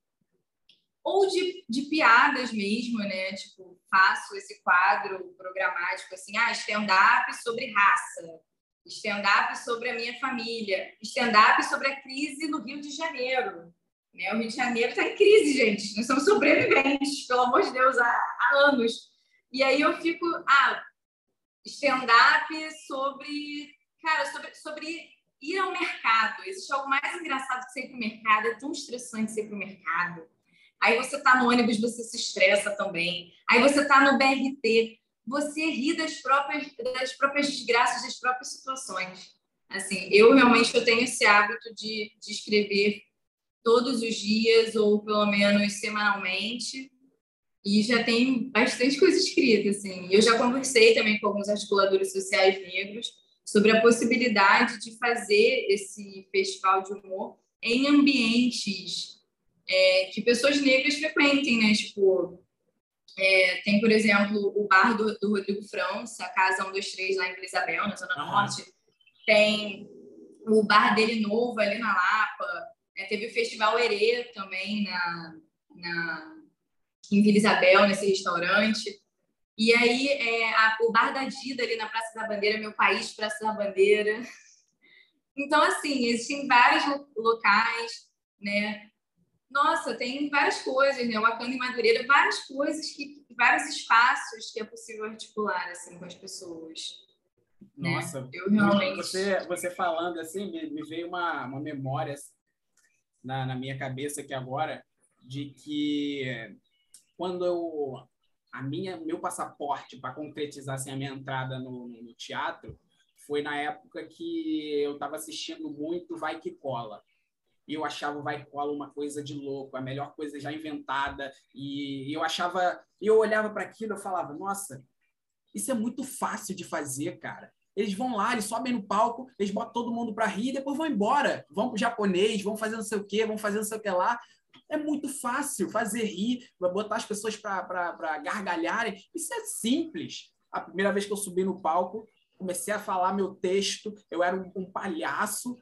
ou de, de piadas mesmo, né? Tipo, faço esse quadro programático assim, ah, stand-up sobre raça, stand-up sobre a minha família, stand-up sobre a crise no Rio de Janeiro. Né? O Rio de Janeiro está em crise, gente. Nós somos sobreviventes, pelo amor de Deus, há, há anos. E aí eu fico, ah, stand-up sobre, cara, sobre, sobre ir ao mercado. Existe algo mais engraçado que você ir para o mercado, é tão estressante você ir para o mercado. Aí você está no ônibus, você se estressa também. Aí você está no B R T, você ri das próprias, das próprias desgraças, das próprias situações. Assim, eu realmente eu tenho esse hábito de, de escrever todos os dias, ou pelo menos semanalmente, e já tem bastante coisa escrita, assim. Eu já conversei também com alguns articuladores sociais negros sobre a possibilidade de fazer esse festival de humor em ambientes é, que pessoas negras frequentem, né? Tipo, é, tem, por exemplo, o bar do, do Rodrigo França, a Casa um dois três lá em Vila Isabel, na Zona uhum. Norte. Tem o bar dele novo ali na Lapa. É, teve o Festival Herê também na, na, em Vila Isabel, nesse restaurante. E aí, é, a, o Bar da Dida ali na Praça da Bandeira, Meu País, Praça da Bandeira. Então, assim, existem vários locais, né? Nossa, tem várias coisas, né? Wakanda e Madureira, várias coisas, que, vários espaços que é possível articular, assim, com as pessoas. Nossa, né? Eu realmente... você, você falando assim, me, me veio uma, uma memória na, na minha cabeça aqui agora, de que quando eu... A minha, meu passaporte para concretizar assim, a minha entrada no, no teatro foi na época que eu estava assistindo muito Vai Que Cola. E eu achava o Vai Que Cola uma coisa de louco, a melhor coisa já inventada. E eu achava... E eu olhava para aquilo e eu falava, nossa, isso é muito fácil de fazer, cara. Eles vão lá, eles sobem no palco, eles botam todo mundo para rir e depois vão embora. Vão pro japonês, vão fazer não sei o quê, vão fazer não sei o que lá. É muito fácil fazer rir, botar as pessoas para gargalharem. Isso é simples. A primeira vez que eu subi no palco, comecei a falar meu texto, eu era um, um palhaço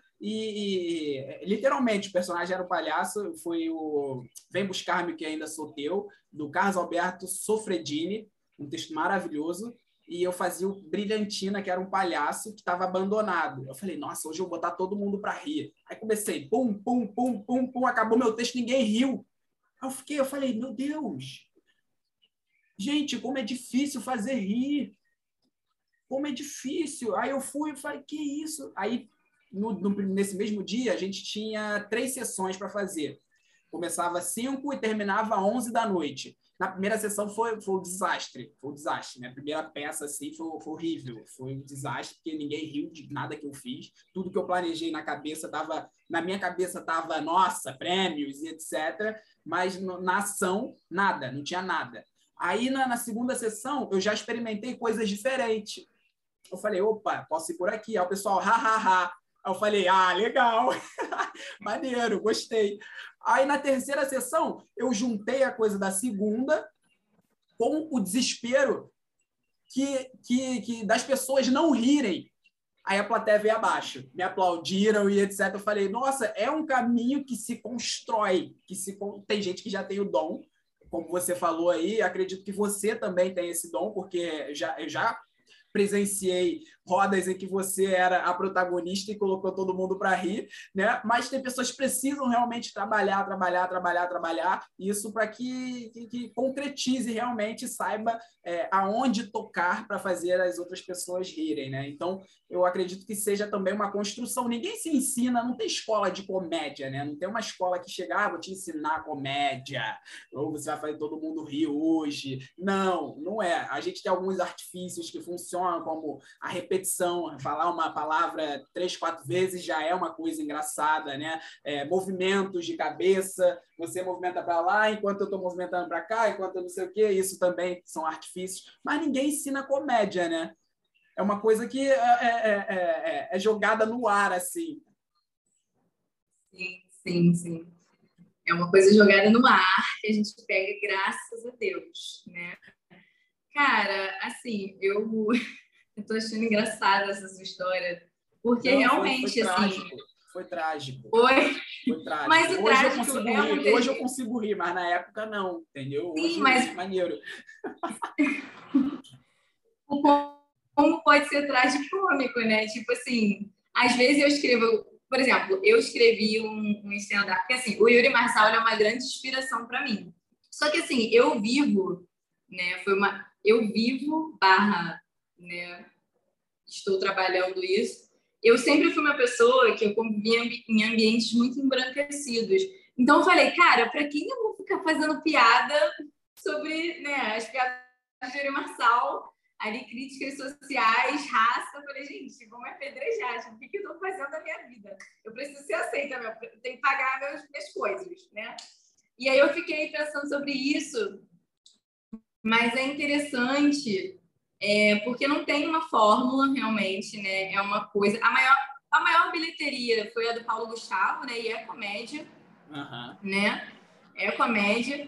e, e literalmente o personagem era um palhaço, foi o Vem Buscar-me que ainda sou teu, do Carlos Alberto Sofredini. um texto maravilhoso, e eu fazia o Brilhantina, que era um palhaço que estava abandonado. Eu falei, nossa, hoje eu vou botar todo mundo para rir. Aí comecei, pum, pum, pum, pum, pum, acabou meu texto, ninguém riu. Aí eu fiquei, eu falei, meu Deus, gente, como é difícil fazer rir. Como é difícil. Aí eu fui e falei, que isso? Aí, no, no, nesse mesmo dia, a gente tinha três sessões para fazer. Começava às cinco e terminava às onze da noite. Na primeira sessão foi, foi um desastre. Foi um desastre. Minha primeira peça assim, foi, foi horrível. Foi um desastre, porque ninguém riu de nada que eu fiz. Tudo que eu planejei na cabeça estava... Na minha cabeça estava, nossa, prêmios e etcétera. Mas no, na ação, nada. Não tinha nada. Aí, na, na segunda sessão, eu já experimentei coisas diferentes. Eu falei, opa, posso ir por aqui. Aí o pessoal, ha, ha, ha. Aí eu falei, ah, legal. Maneiro, gostei. Aí, na terceira sessão, eu juntei a coisa da segunda com o desespero que, que, que das pessoas não rirem. Aí a plateia veio abaixo, me aplaudiram e etcétera. Eu falei, nossa, é um caminho que se constrói, que se tem gente que já tem o dom, como você falou aí, acredito que você também tem esse dom, porque já, eu já presenciei rodas em que você era a protagonista e colocou todo mundo para rir, né? Mas tem pessoas que precisam realmente trabalhar, trabalhar, trabalhar, trabalhar, isso para que, que, que concretize realmente, saiba é, aonde tocar para fazer as outras pessoas rirem, né? Então, eu acredito que seja também uma construção. Ninguém se ensina, não tem escola de comédia, né? Não tem uma escola que chega, ah, vou te ensinar comédia, ou você vai fazer todo mundo rir hoje. Não, não é. A gente tem alguns artifícios que funcionam, como a repetição, falar uma palavra três, quatro vezes já é uma coisa engraçada, né? É, movimentos de cabeça, você movimenta para lá enquanto eu estou movimentando para cá, enquanto eu não sei o quê, isso também são artifícios, mas ninguém ensina comédia, né? É uma coisa que é, é, é, é jogada no ar, assim. Sim, sim, sim. É uma coisa jogada no ar que a gente pega graças a Deus, né? Cara, assim, eu estou achando engraçada essa sua história, porque Não, realmente, foi, foi assim... Trágico, foi trágico. Foi? Foi trágico. Mas o Hoje trágico eu consigo é rir. um... Hoje eu consigo rir, mas na época não, entendeu? Sim, Hoje mas... é maneiro. Como pode ser tragicômico, né? Tipo assim, às vezes eu escrevo... Por exemplo, eu escrevi um, um stand-up, porque assim, o Yuri Marçal é uma grande inspiração para mim. Só que assim, eu vivo, né? Foi uma... Eu vivo barra, né? Estou trabalhando isso. Eu sempre fui uma pessoa que eu convivia em ambientes muito embranquecidos. Então eu falei, cara, para quem eu vou ficar fazendo piada sobre, né, as piadas de Yuri Marçal, ali críticas sociais, raça? Eu falei, gente, vão me apedrejar, tipo, o que, que eu estou fazendo na minha vida? Eu preciso ser aceita, meu, eu tenho que pagar meus, minhas coisas, né? E aí eu fiquei pensando sobre isso, mas é interessante... É, porque não tem uma fórmula realmente, né? É uma coisa... A maior, a maior bilheteria foi a do Paulo Gustavo, né? E é comédia, uhum. né? É comédia.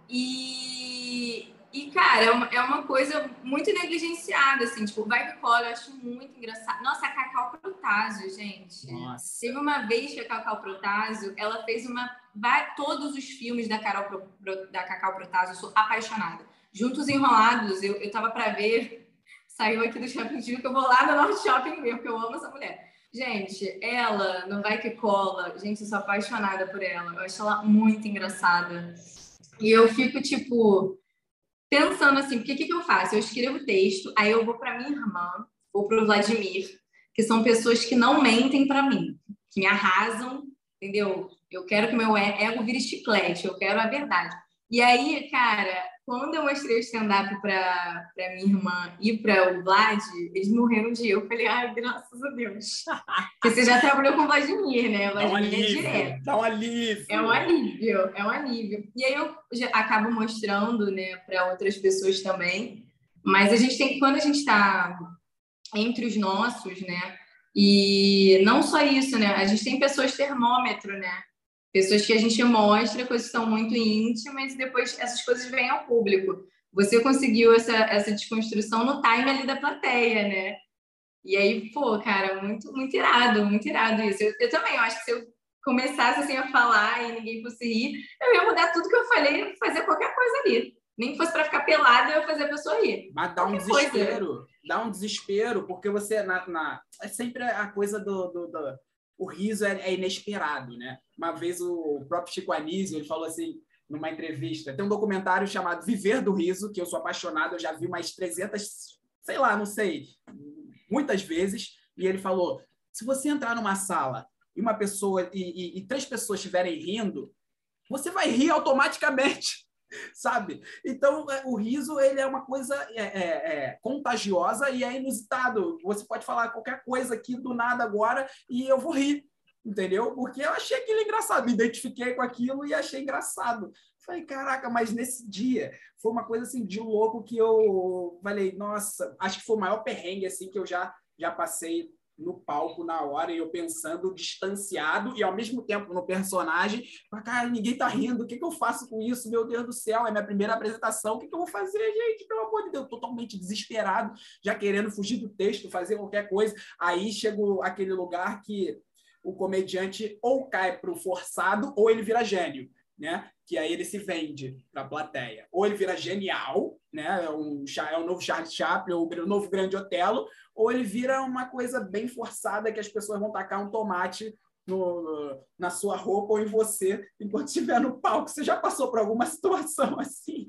E, e cara, é uma, é uma coisa muito negligenciada, assim. Tipo, Vai Que Cola, eu acho muito engraçado. Nossa, a Cacau Protásio, gente. Nossa. Teve uma vez que a Cacau Protásio, ela fez uma... Vai, todos os filmes da, Carol, da Cacau Protásio, eu sou apaixonada. Juntos Enrolados, eu, eu tava para ver, saiu aqui do Shopping Rio, que eu vou lá no Norte Shopping mesmo, porque eu amo essa mulher. Gente, ela, no Vai Que Cola, gente, eu sou apaixonada por ela, eu acho ela muito engraçada. E eu fico, tipo, pensando assim, porque o que, que eu faço? Eu escrevo texto, aí eu vou para minha irmã, ou para o Vladimir, que são pessoas que não mentem para mim, que me arrasam, entendeu? Eu quero que meu ego vire chiclete, eu quero a verdade. E aí, cara, quando eu mostrei o stand-up para minha irmã e para o Vlad, eles morreram de eu. Eu falei, ai, graças a Deus. Porque você já trabalhou com o Vladimir, né? O Vladimir dá um alívio, é direto. Dá um alívio. É um alívio, é um alívio. E aí eu já acabo mostrando, né, para outras pessoas também. Mas a gente tem, quando a gente está entre os nossos, né? E não só isso, né? A gente tem pessoas termômetro, né? Pessoas que a gente mostra, coisas que são muito íntimas, e depois essas coisas vêm ao público. Você conseguiu essa, essa desconstrução no time ali da plateia, né? E aí, pô, cara, muito, muito irado, muito irado isso. Eu, eu também, eu acho que se eu começasse assim a falar e ninguém fosse rir, eu ia mudar tudo que eu falei e fazer qualquer coisa ali. Nem que fosse para ficar pelada, eu ia fazer a pessoa rir. Mas dá um desespero. Coisa. Dá um desespero, porque você... Na, na, é sempre a coisa do... do, do o riso é, é inesperado, né? Uma vez o próprio Chico Anísio, ele falou assim, numa entrevista, tem um documentário chamado Viver do Riso, que eu sou apaixonado, eu já vi umas trezentas, sei lá, não sei, muitas vezes, e ele falou, se você entrar numa sala e uma pessoa e, e, e três pessoas estiverem rindo, você vai rir automaticamente, sabe? Então, o riso, ele é uma coisa é, é, é, contagiosa e é inusitado. Você pode falar qualquer coisa aqui do nada agora e eu vou rir, entendeu? Porque eu achei aquilo engraçado, me identifiquei com aquilo e achei engraçado. Falei, caraca, mas nesse dia foi uma coisa assim de louco que eu falei, nossa, acho que foi o maior perrengue assim que eu já, já passei no palco na hora, e eu pensando distanciado e ao mesmo tempo no personagem, mas, cara, ninguém tá rindo, o que, que eu faço com isso? Meu Deus do céu, é minha primeira apresentação, o que, que eu vou fazer, gente? Pelo amor de Deus, totalmente desesperado, já querendo fugir do texto, fazer qualquer coisa. Aí chegou aquele lugar que o comediante ou cai pro forçado ou ele vira gênio, né? Que aí ele se vende para a plateia. Ou ele vira genial, né? É um, é um novo Charles Chaplin, ou o novo Grande Otelo, ou ele vira uma coisa bem forçada que as pessoas vão tacar um tomate no, na sua roupa ou em você enquanto estiver no palco. Você já passou por alguma situação assim?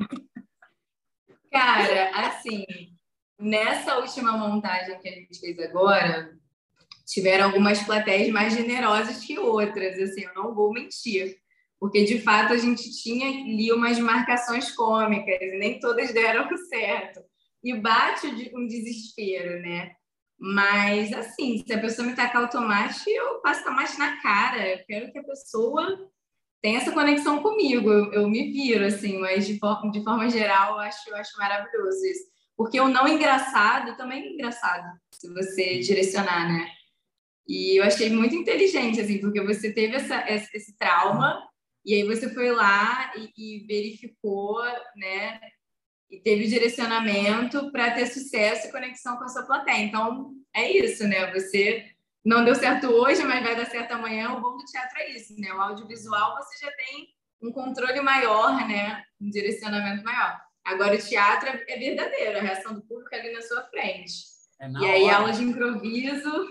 Cara, assim, nessa última montagem que a gente fez agora, tiveram algumas plateias mais generosas que outras, assim, eu não vou mentir. Porque, de fato, a gente tinha ali umas marcações cômicas e nem todas deram certo. E bate um desespero, né? Mas, assim, se a pessoa me tacar o tomate, eu passo tomate na cara. Eu quero que a pessoa tenha essa conexão comigo. Eu, eu me viro, assim, mas de, for de forma geral, eu acho, eu acho maravilhoso isso. Porque o não engraçado também é engraçado, se você direcionar, né? E eu achei muito inteligente, assim, porque você teve essa, esse trauma... E aí você foi lá e, e verificou, né? E teve direcionamento para ter sucesso e conexão com a sua plateia. Então, é isso, né? Você não deu certo hoje, mas vai dar certo amanhã. O bom do teatro é isso, né? O audiovisual você já tem um controle maior, né? Um direcionamento maior. Agora, o teatro é verdadeiro, a reação do público é ali na sua frente. É na e aí, hora. aula de improviso,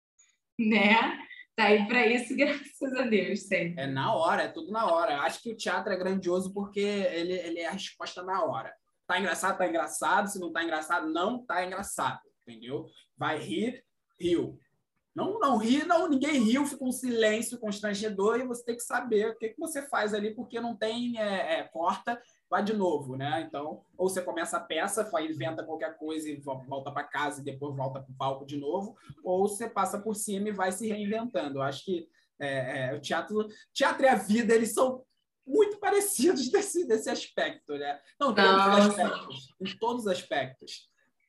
né? Tá aí para isso, graças a Deus, sempre. É na hora, é tudo na hora. Acho que o teatro é grandioso porque ele, ele é a resposta na hora. Tá engraçado, tá engraçado. Se não tá engraçado, não tá engraçado. Entendeu? Vai rir, riu. Não, não ri, não, ninguém riu, fica um silêncio constrangedor e você tem que saber o que, que você faz ali, porque não tem é, é, corta, vai de novo, né? Então, ou você começa a peça, inventa qualquer coisa e volta para casa e depois volta para o palco de novo, ou você passa por cima e vai se reinventando. Eu acho que é, é, o teatro, teatro e a vida, eles são muito parecidos desse, desse aspecto, né? Não, em todos os aspectos. Em todos os aspectos.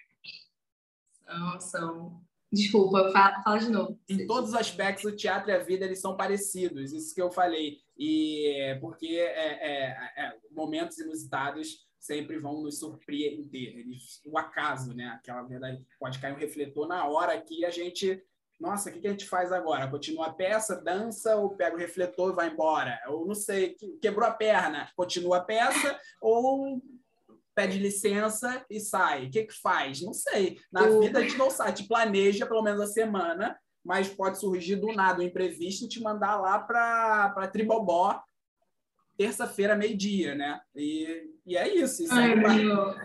São, são. Desculpa, fala, fala de novo. Em todos os aspectos, o teatro e a vida, eles são parecidos. Isso que eu falei. E porque é, é, é, momentos inusitados sempre vão nos surpreender. Eles, o acaso, né? Aquela verdade, pode cair um refletor na hora que a gente... Nossa, o que a gente faz agora? Continua a peça, dança, ou pega o refletor e vai embora? Ou não sei, quebrou a perna, continua a peça, ou pede licença e sai. O que que faz? Não sei. Na uh. vida a gente não sabe, a gente planeja pelo menos a semana, mas pode surgir do nada um imprevisto e te mandar lá para Tribobó, terça-feira, meio-dia, né? E, e é isso. isso Ai, é meu.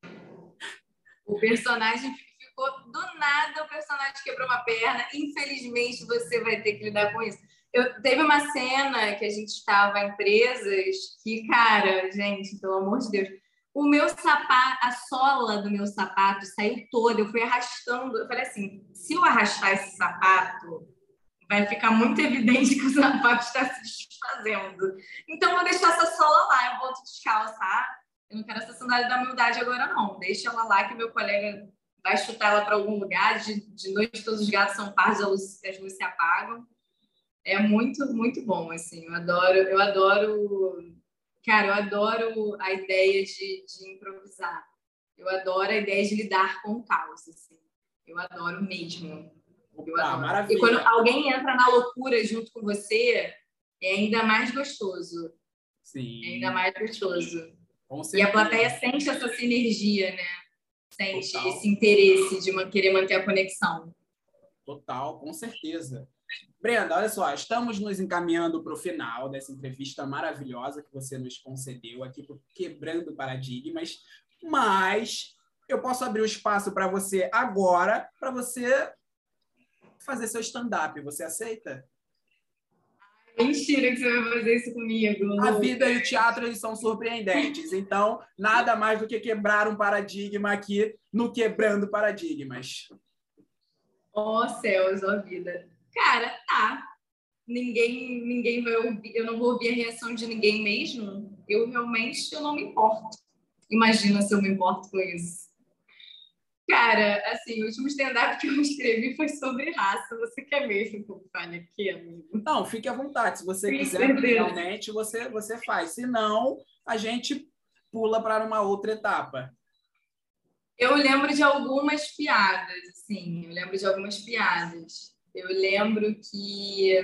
O personagem ficou do nada, o personagem quebrou uma perna. Infelizmente, você vai ter que lidar com isso. Eu, teve uma cena que a gente estava em presas que, cara, gente, pelo amor de Deus, o meu sapato, a sola do meu sapato saiu toda, eu fui arrastando. Eu falei assim, se eu arrastar esse sapato, vai ficar muito evidente que o sapato está se desfazendo. Então, eu vou deixar essa sola lá, eu volto descalça, tá? Eu não quero essa sandália da humildade agora, não. Deixa ela lá que meu colega vai chutar ela para algum lugar. De, de noite, todos os gatos são pardos, as luzes, as luzes se apagam. É muito, muito bom, assim. Eu adoro, eu adoro... Cara, eu adoro a ideia de, de improvisar. Eu adoro a ideia de lidar com o caos, assim. Eu adoro mesmo. Eu ah, adoro. Maravilha. E quando alguém entra na loucura junto com você, é ainda mais gostoso. Sim. É ainda mais gostoso. E a plateia sente essa sinergia, né? Sente Total. Esse interesse de man- querer manter a conexão. Total, com certeza. Brenda, olha só, estamos nos encaminhando para o final dessa entrevista maravilhosa que você nos concedeu aqui por Quebrando Paradigmas, mas eu posso abrir o espaço para você agora, para você fazer seu stand-up. Você aceita? Mentira que você vai fazer isso comigo. A vida e o teatro, eles são surpreendentes. Então, nada mais do que quebrar um paradigma aqui no Quebrando Paradigmas. Ó céus, ó vida. Cara, tá. Ninguém, ninguém vai ouvir, eu não vou ouvir a reação de ninguém mesmo. Eu realmente eu não me importo. Imagina se eu me importo com isso. Cara, assim, o último stand-up que eu escrevi foi sobre raça. Você quer mesmo que eu fale aqui, amigo? Não, fique à vontade. Se você quiser, realmente, você, você faz. Se não, a gente pula para uma outra etapa. Eu lembro de algumas piadas, assim. Eu lembro de algumas piadas. Eu lembro que...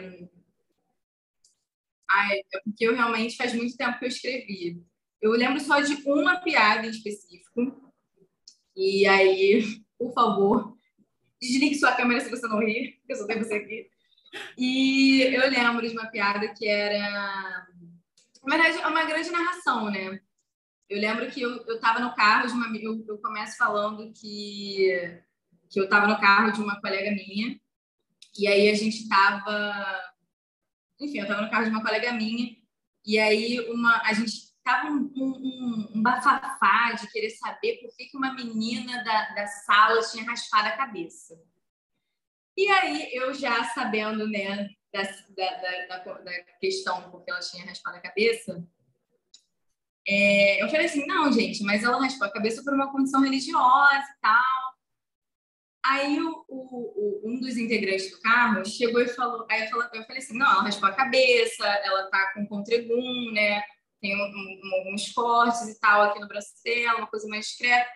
Ai, é porque eu realmente faz muito tempo que eu escrevi. Eu lembro só de uma piada em específico. E aí, por favor, desligue sua câmera se você não rir, porque eu só tenho você aqui. E eu lembro de uma piada que era... Na verdade, é uma grande narração, né? Eu lembro que eu, eu tava no carro de uma... Eu, eu começo falando que, que eu tava no carro de uma colega minha. E aí a gente tava... Enfim, eu tava no carro de uma colega minha. E aí uma, a gente... Tava um, um, um bafafá de querer saber por que, que uma menina da, da sala tinha raspado a cabeça. E aí, eu já sabendo, né, da, da, da, da questão porque ela tinha raspado a cabeça, é, eu falei assim, não, gente, mas ela raspou a cabeça por uma condição religiosa e tal. Aí, o, o, um dos integrantes do carro chegou e falou... Aí eu falei, eu falei assim, não, ela raspou a cabeça, ela tá com contregum, né? Tem um, um, alguns cortes e tal aqui no braço dela, uma coisa mais discreta.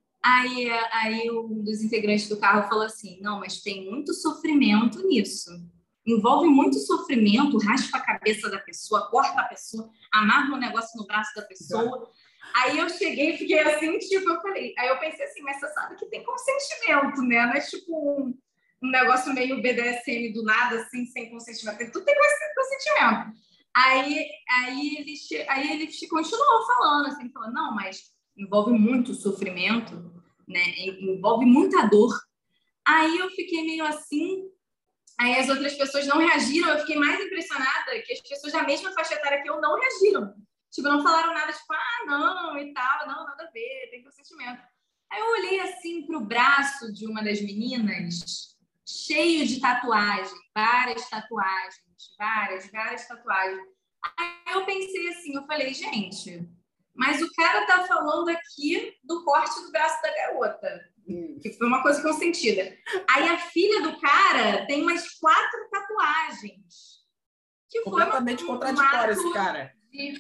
Aí, aí um dos integrantes do carro falou assim, não, mas tem muito sofrimento nisso. Envolve muito sofrimento, raspa a cabeça da pessoa, corta a pessoa, amarra um negócio no braço da pessoa. Aí eu cheguei e fiquei assim, tipo, eu falei... Aí eu pensei assim, mas você sabe que tem consentimento, né? Não é tipo um, um negócio meio B D S M do nada, assim, sem consentimento. Tudo tem consentimento. Aí, aí, ele, aí ele continuou falando, assim, falando, não, mas envolve muito sofrimento, né? Envolve muita dor. Aí eu fiquei meio assim, aí as outras pessoas não reagiram, eu fiquei mais impressionada que as pessoas da mesma faixa etária que eu não reagiram. Tipo, não falaram nada, tipo, ah, não, e tal, não, nada a ver, tem consentimento. Aí eu olhei assim pro braço de uma das meninas, cheio de tatuagem, várias tatuagens, várias, várias tatuagens. Aí eu pensei assim, eu falei, gente, mas o cara tá falando aqui do corte do braço da garota, que foi uma coisa consentida. Aí a filha do cara tem umas quatro tatuagens. Que completamente foi uma, contraditório um esse cara. De...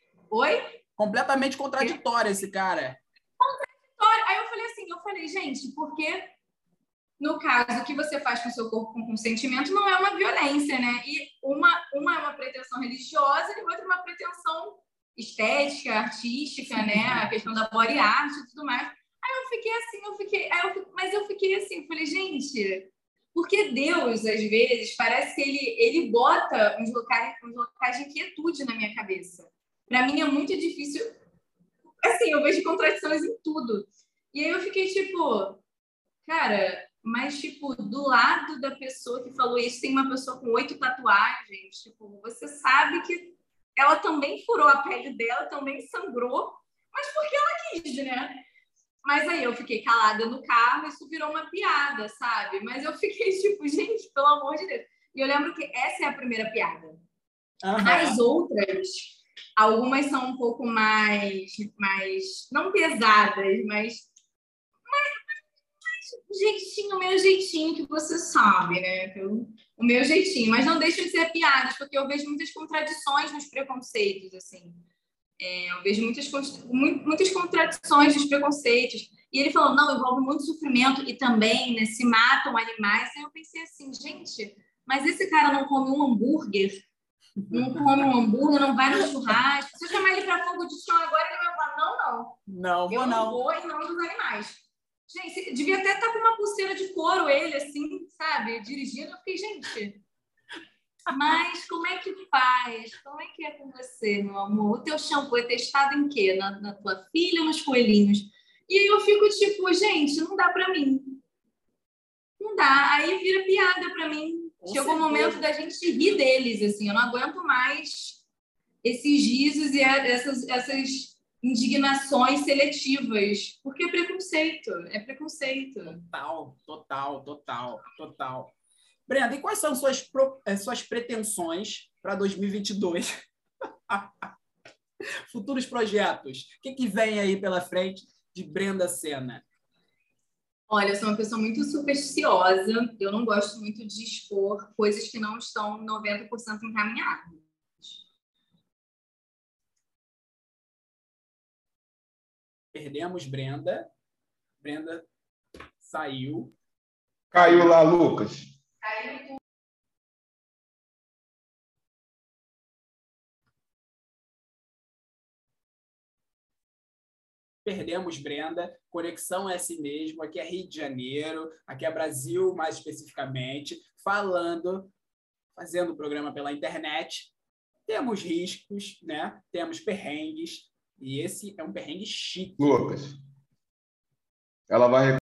Oi? Completamente contraditório esse cara. Contraditório. Aí eu falei assim, eu falei, gente, porque... No caso, o que você faz com o seu corpo com consentimento não é uma violência, né? E uma, uma é uma pretensão religiosa e outra é uma pretensão estética, artística, né? A questão da body art e tudo mais. Aí eu fiquei assim, eu fiquei... Aí eu, mas eu fiquei assim, eu falei, gente, porque Deus, às vezes, parece que ele, ele bota uns locais, uns locais de quietude na minha cabeça. Para mim é muito difícil... Assim, eu vejo contradições em tudo. E aí eu fiquei tipo... Cara... Mas, tipo, do lado da pessoa que falou isso, tem uma pessoa com oito tatuagens. Tipo, você sabe que ela também furou a pele dela, também sangrou, mas porque ela quis, né? Mas aí eu fiquei calada no carro, isso virou uma piada, sabe? Mas eu fiquei tipo, gente, pelo amor de Deus. E eu lembro que essa é a primeira piada. Uhum. As outras, algumas são um pouco mais, mais não pesadas, mas... jeitinho, o meu jeitinho que você sabe, né? Eu, o meu jeitinho, mas não deixa de ser piadas, porque eu vejo muitas contradições nos preconceitos, assim. É, eu vejo muitas, muitas contradições nos preconceitos. E ele falou, não, envolve muito sofrimento e também, né, se matam animais. Aí eu pensei assim, gente, mas esse cara não come um hambúrguer não come um hambúrguer, não vai no churrasco. Se eu chamar ele para fogo de chão agora, ele vai falar, não, não. Não, eu vou não. não vou em nome dos animais. Gente, devia até estar com uma pulseira de couro ele, assim, sabe? Dirigindo. Eu fiquei, gente... Mas como é que faz? Como é que é com você, meu amor? O teu shampoo é testado em quê? Na, na tua filha ou nos coelhinhos? E aí eu fico tipo, gente, não dá pra mim. Não dá. Aí vira piada pra mim. Com Chegou o momento da gente rir deles, assim. Eu não aguento mais esses risos e essas, essas indignações seletivas. Porque é preconceito. É preconceito. Total, total, total, total. Brenda, e quais são suas, suas pretensões para dois mil e vinte e dois? Futuros projetos. O que, que vem aí pela frente de Brenda Sena? Olha, eu sou uma pessoa muito supersticiosa. Eu não gosto muito de expor coisas que não estão noventa por cento encaminhadas. Perdemos Brenda. Brenda saiu. Caiu lá, Lucas. Caiu. Perdemos Brenda, conexão é assim mesmo, aqui é Rio de Janeiro, aqui é Brasil mais especificamente, falando, fazendo o programa pela internet, temos riscos, né? Temos perrengues, e esse é um perrengue chique. Lucas, ela vai...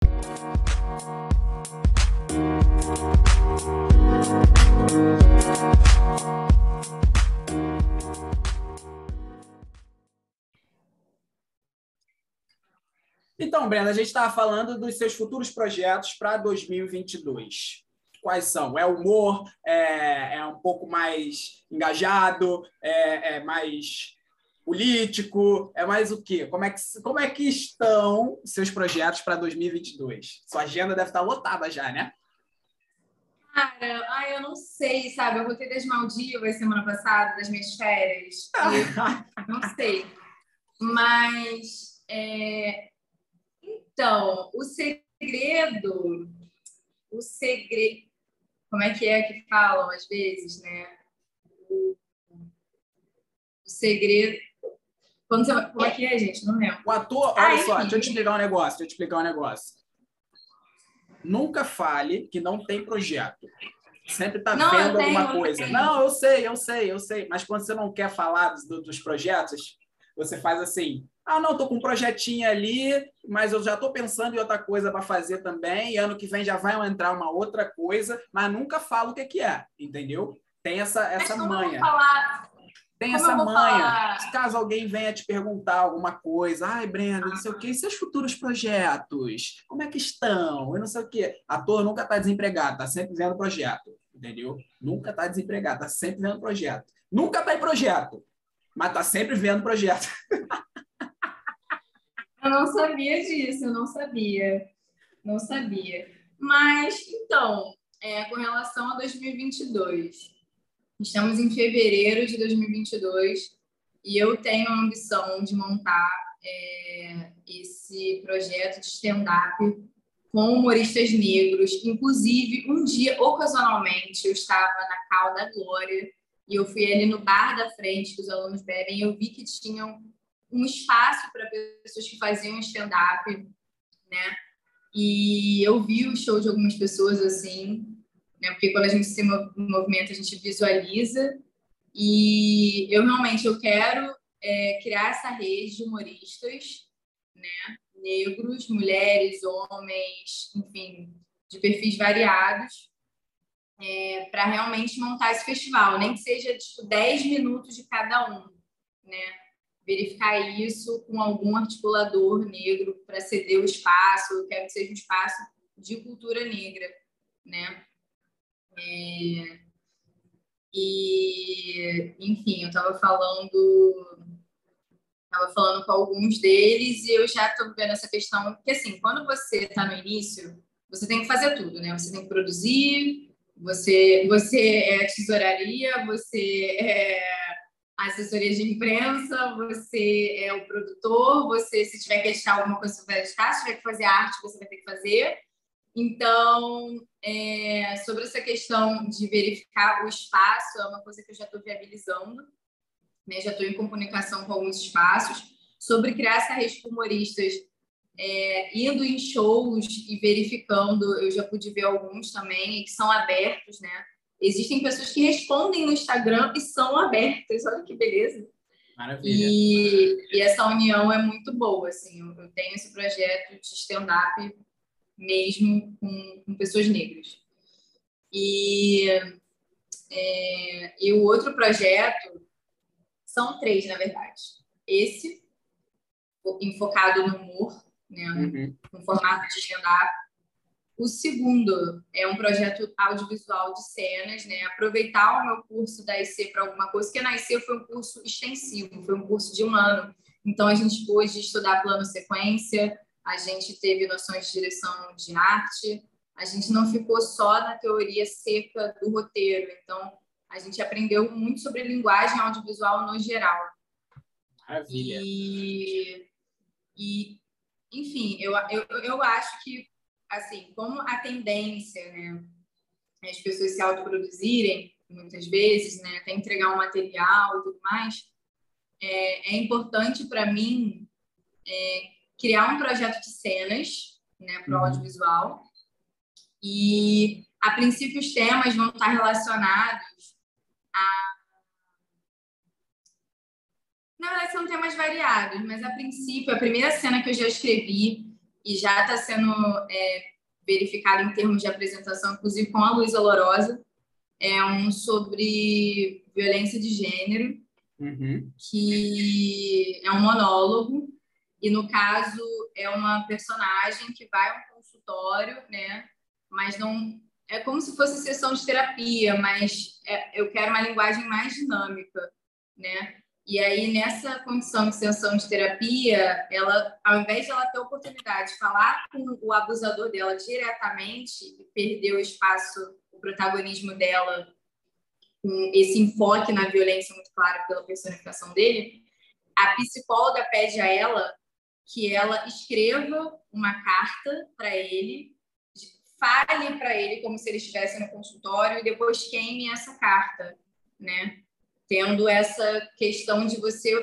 Então, Brenda, a gente estava falando dos seus futuros projetos para dois mil e vinte e dois. Quais são? É humor? É, é um pouco mais engajado? É, é mais político? É mais o quê? Como é que, como é que estão seus projetos para dois mil e vinte e dois? Sua agenda deve estar lotada já, né? Cara, ai, eu não sei, sabe? Eu voltei das Maldivas semana passada, das minhas férias. E não sei. Mas... É... Então, o segredo, o segredo, como é que é que falam às vezes, né? O, o segredo, quando você, como é que é, gente? Não lembro. O ator, olha ah, só, deixa eu te explicar um negócio, deixa eu te explicar um negócio. Nunca fale que não tem projeto. Sempre está vendo tenho, alguma coisa. Não, eu sei, eu sei, eu sei. Mas quando você não quer falar dos, dos projetos, você faz assim... Ah, não, estou com um projetinho ali, mas eu já estou pensando em outra coisa para fazer também, e ano que vem já vai entrar uma outra coisa, mas nunca falo o que, que é, entendeu? Tem essa, essa manha. Tem essa manha. Falar? Caso alguém venha te perguntar alguma coisa, ai, Brenda, não sei o quê, e seus futuros projetos? Como é que estão? Eu não sei o quê. Ator nunca está desempregado, está sempre vendo projeto, entendeu? Nunca está desempregado, está sempre vendo projeto. Nunca está em projeto, mas está sempre vendo projeto. Eu não sabia disso, eu não sabia. Não sabia. Mas, então, é, com relação a dois mil e vinte e dois, estamos em fevereiro de dois mil e vinte e dois e eu tenho a ambição de montar é, esse projeto de stand-up com humoristas negros. Inclusive, um dia, ocasionalmente, eu estava na Cal da Glória e eu fui ali no bar da frente que os alunos bebem e eu vi que tinham um espaço para pessoas que faziam stand-up, né? E eu vi o show de algumas pessoas assim, né? Porque quando a gente se movimenta, a gente visualiza. E eu realmente eu quero é, criar essa rede de humoristas, né? Negros, mulheres, homens, enfim, de perfis variados, é, para realmente montar esse festival, nem que seja tipo dez minutos de cada um, né? Verificar isso com algum articulador negro para ceder o espaço. Eu quero que seja um espaço de cultura negra, né? É... E, enfim, eu estava falando, estava falando com alguns deles e eu já estou vendo essa questão, porque assim, quando você está no início, você tem que fazer tudo, né? Você tem que produzir, você, você é tesouraria, você é assessoria de imprensa, você é o produtor, você, se tiver que editar alguma coisa, você vai editar, se tiver que fazer arte, você vai ter que fazer. Então, é, sobre essa questão de verificar o espaço, é uma coisa que eu já estou viabilizando, né? Já estou em comunicação com alguns espaços. Sobre criar essa rede de humoristas, é, indo em shows e verificando, eu já pude ver alguns também, que são abertos, né? Existem pessoas que respondem no Instagram e são abertas, olha que beleza. Maravilha. E, e essa união é muito boa, assim. Eu, eu tenho esse projeto de stand-up mesmo com, com pessoas negras. E, é, e o outro projeto, são três, na verdade. Esse, enfocado no humor, né, uhum. no formato de stand-up. O segundo é um projeto audiovisual de cenas, né? Aproveitar o meu curso da I C para alguma coisa, porque na I C foi um curso extensivo, foi um curso de um ano. Então, a gente pôde estudar plano sequência, a gente teve noções de direção de arte, a gente não ficou só na teoria seca do roteiro. Então, a gente aprendeu muito sobre linguagem audiovisual no geral. Maravilha. E, e enfim, eu, eu, eu acho que, assim, como a tendência, né, as pessoas se autoproduzirem, muitas vezes, né, até entregar um material e tudo mais, é, é importante para mim é, criar um projeto de cenas, né, para o uhum. audiovisual. E, a princípio, os temas vão estar relacionados a... Na verdade, são temas variados, mas, a princípio, a primeira cena que eu já escrevi e já está sendo é, verificada em termos de apresentação, inclusive com a Luísa Lourosa, é um sobre violência de gênero, uhum. que é um monólogo, e, no caso, é uma personagem que vai a um consultório, né? Mas não... É como se fosse sessão de terapia, mas é, eu quero uma linguagem mais dinâmica, né? E aí, nessa condição de sessão de terapia, ela, ao invés de ela ter a oportunidade de falar com o abusador dela diretamente e perder o espaço, o protagonismo dela, com esse enfoque na violência muito claro pela personificação dele, a psicóloga pede a ela que ela escreva uma carta para ele, fale para ele como se ele estivesse no consultório e depois queime essa carta, né? Tendo essa questão de você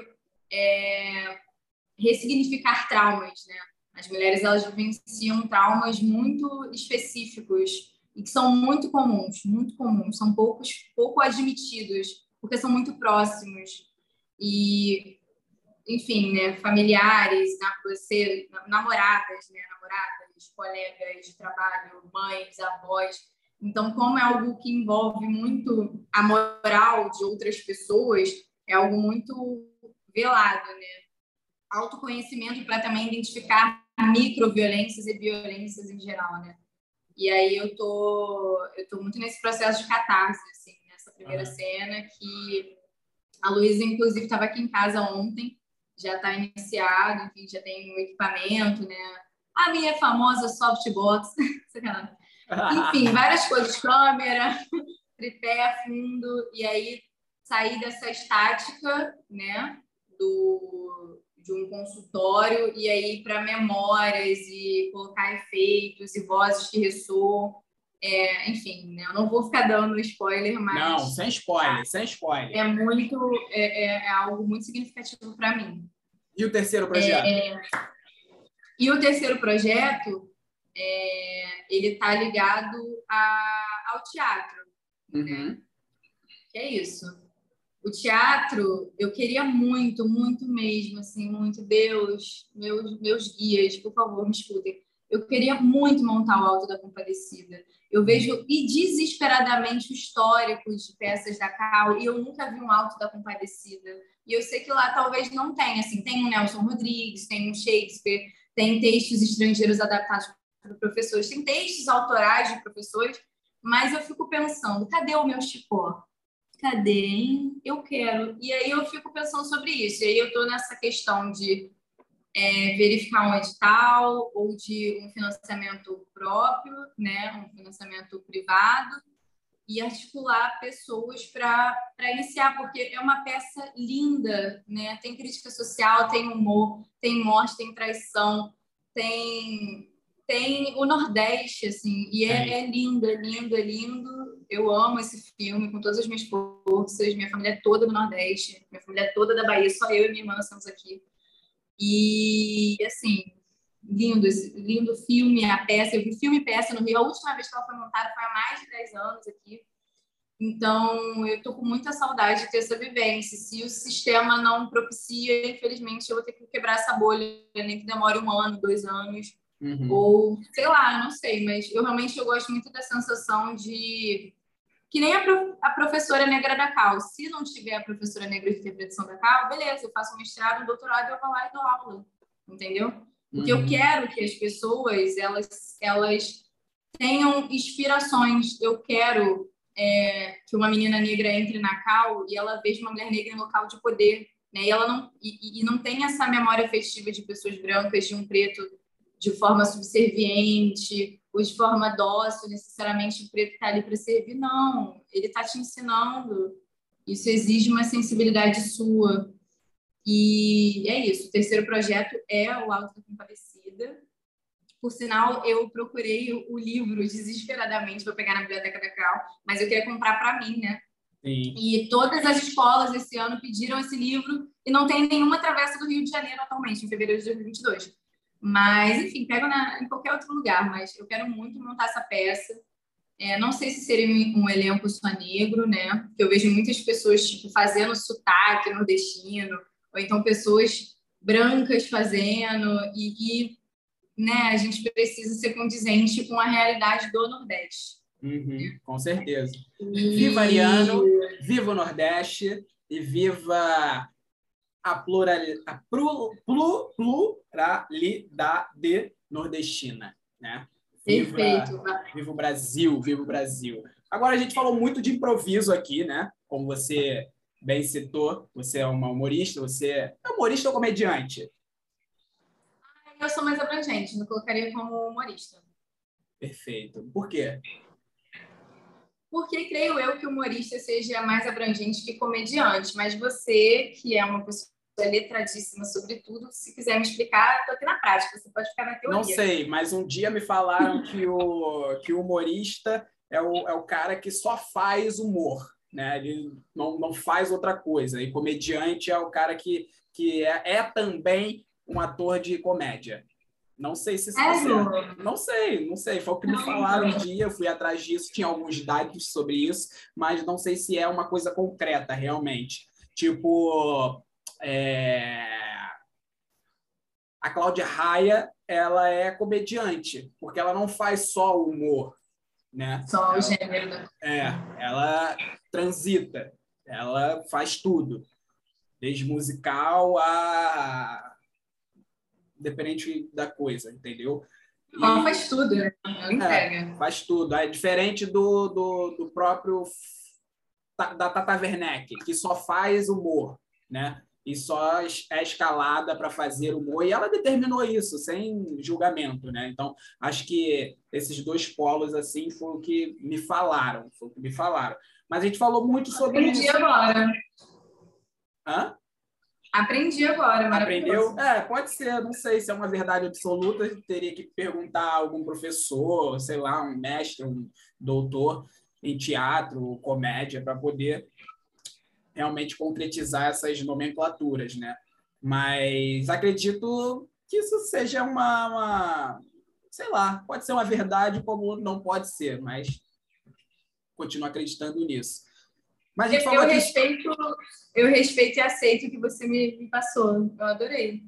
é, ressignificar traumas, né? As mulheres, elas vivenciam traumas muito específicos e que são muito comuns, muito comuns, são poucos, pouco admitidos, porque são muito próximos. E, enfim, né, familiares, você, namoradas, né, namoradas, colegas de trabalho, mães, avós. Então, como é algo que envolve muito a moral de outras pessoas, é algo muito velado, né? Autoconhecimento para também identificar microviolências e violências em geral, né? E aí eu tô, eu tô muito nesse processo de catarse, assim, nessa primeira uhum. cena, que a Luísa, inclusive, estava aqui em casa ontem, já está iniciado, enfim, já tem um equipamento, né? A minha famosa softbox, sacanagem. Enfim, várias coisas, câmera, tripé, fundo, e aí sair dessa estática, né, do, de um consultório, e aí para memórias e colocar efeitos e vozes que ressoam. É, enfim, né, eu não vou ficar dando spoiler, mas... Não, sem spoiler, sem spoiler. É, muito, é, é, é algo muito significativo para mim. E o terceiro projeto? É, e o terceiro projeto... É, ele está ligado a, ao teatro, uhum. né? Que é isso. O teatro, eu queria muito, muito mesmo, assim, muito, Deus, meus, meus guias, por favor, me escutem. Eu queria muito montar o Alto da Compadecida. Eu vejo e desesperadamente o histórico de peças da Cal e eu nunca vi um Alto da Compadecida. E eu sei que lá talvez não tenha, assim, tem um Nelson Rodrigues, tem um Shakespeare, tem textos estrangeiros adaptados por professores, tem textos autorais de professores, mas eu fico pensando, cadê o meu Chicó? Cadê, hein? Eu quero. E aí eu fico pensando sobre isso. E aí eu estou nessa questão de é, verificar um edital ou de um financiamento próprio, né? Um financiamento privado, e articular pessoas para iniciar, porque é uma peça linda, né? Tem crítica social, tem humor, tem morte, tem traição, tem... tem o Nordeste, assim, e é, é lindo, é lindo, é lindo. Eu amo esse filme com todas as minhas forças. Minha família é toda do Nordeste, minha família é toda da Bahia, só eu e minha irmã estamos aqui. E, assim, lindo, esse, lindo filme, a peça. Eu vi filme e peça no Rio. A última vez que ela foi montada foi há mais de dez anos aqui. Então, eu tô com muita saudade de ter essa vivência. Se o sistema não propicia, infelizmente, eu vou ter que quebrar essa bolha, nem que demore um ano, dois anos. Uhum. Ou, sei lá, não sei. Mas eu realmente eu gosto muito da sensação de... Que nem a, prof... a professora negra da Cal. Se não tiver a professora negra de interpretação da Cal, beleza, eu faço um mestrado, um doutorado, eu vou lá e dou aula. Entendeu? Porque uhum. eu quero que as pessoas, elas, elas tenham inspirações. Eu quero... É, que uma menina negra entre na Cal e ela veja uma mulher negra em local de poder, né? E ela não e, e não tem essa memória afetiva de pessoas brancas, de um preto de forma subserviente ou de forma dócil, necessariamente o preto está ali para servir. Não, ele está te ensinando. Isso exige uma sensibilidade sua. E é isso. O terceiro projeto é o Alto da Compadecida. Por sinal, eu procurei o livro desesperadamente para pegar na Biblioteca da Cal, mas eu queria comprar para mim, né? Sim. E todas as escolas esse ano pediram esse livro e não tem nenhuma travessa do Rio de Janeiro atualmente, em fevereiro de dois mil e vinte e dois. Mas, enfim, pego na, em qualquer outro lugar, mas eu quero muito montar essa peça. É, não sei se seria um, um elenco só negro, né? Porque eu vejo muitas pessoas tipo, fazendo sotaque nordestino, ou então pessoas brancas fazendo, e... e né, a gente precisa ser condizente com a realidade do Nordeste. Uhum, né? Com certeza. E... Viva Ariano, viva o Nordeste e viva a, plural, a plu, plu, pluralidade nordestina. Né? Viva, Perfeito. Viva o Brasil, viva o Brasil. Agora, a gente falou muito de improviso aqui, né? Como você bem citou, você é uma humorista, você é humorista ou comediante? Eu sou mais abrangente, me colocaria como humorista. Perfeito. Por quê? Porque creio eu que o humorista seja mais abrangente que comediante, mas você, que é uma pessoa letradíssima sobre tudo, se quiser me explicar, estou aqui na prática, você pode ficar na teoria. Não sei, mas um dia me falaram que o, que o humorista é o, é o cara que só faz humor, né? Ele não, não faz outra coisa. E comediante é o cara que, que é, é também um ator de comédia. Não sei se isso é certo. Não sei, não sei. Foi o que me falaram um dia, eu fui atrás disso, tinha alguns dados sobre isso, mas não sei se é uma coisa concreta, realmente. Tipo, é... a Cláudia Raia, ela é comediante, porque ela não faz só humor, né? Só o gênero, né? É, ela transita, ela faz tudo, desde musical a... dependente da coisa, entendeu? E... Ela faz tudo, né? Ela entrega. É, faz tudo. É diferente do, do, do próprio da Tata Werneck, que só faz humor, né? E só é escalada para fazer humor. E ela determinou isso, sem julgamento, né? Então, acho que esses dois polos, assim, foi o que me falaram. Foi o que me falaram. Mas a gente falou muito sobre Aprendi isso. agora. Hã? Aprendi agora, maravilhoso. Aprendeu? É, pode ser, não sei se é uma verdade absoluta, teria que perguntar a algum professor, sei lá, um mestre, um doutor em teatro, comédia, para poder realmente concretizar essas nomenclaturas, né? Mas acredito que isso seja uma, uma, sei lá, pode ser uma verdade como não pode ser, mas continuo acreditando nisso. Mas eu, eu, respeito, eu respeito e aceito o que você me, me passou. Eu adorei.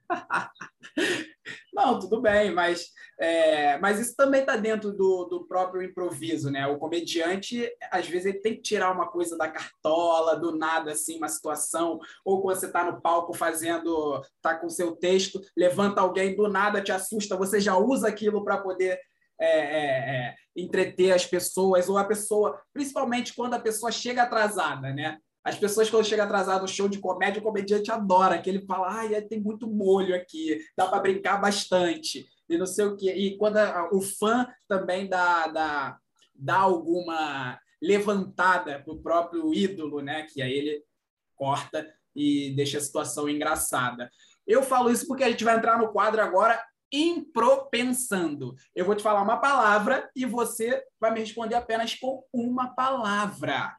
Não, tudo bem, mas, é, mas isso também está dentro do, do próprio improviso, né? O comediante, às vezes, ele tem que tirar uma coisa da cartola, do nada, assim, uma situação, ou quando você está no palco fazendo, está com seu texto, levanta alguém, do nada te assusta, você já usa aquilo para poder é, é, é, entreter as pessoas, ou a pessoa, principalmente quando a pessoa chega atrasada, né? As pessoas, quando chegam atrasadas no show de comédia, o comediante adora, que ele fala, ai, tem muito molho aqui, dá para brincar bastante, e não sei o quê. E quando a, o fã também dá, dá, dá alguma levantada para o próprio ídolo, né? Que aí ele corta e deixa a situação engraçada. Eu falo isso porque a gente vai entrar no quadro agora, impropensando. Eu vou te falar uma palavra e você vai me responder apenas com uma palavra.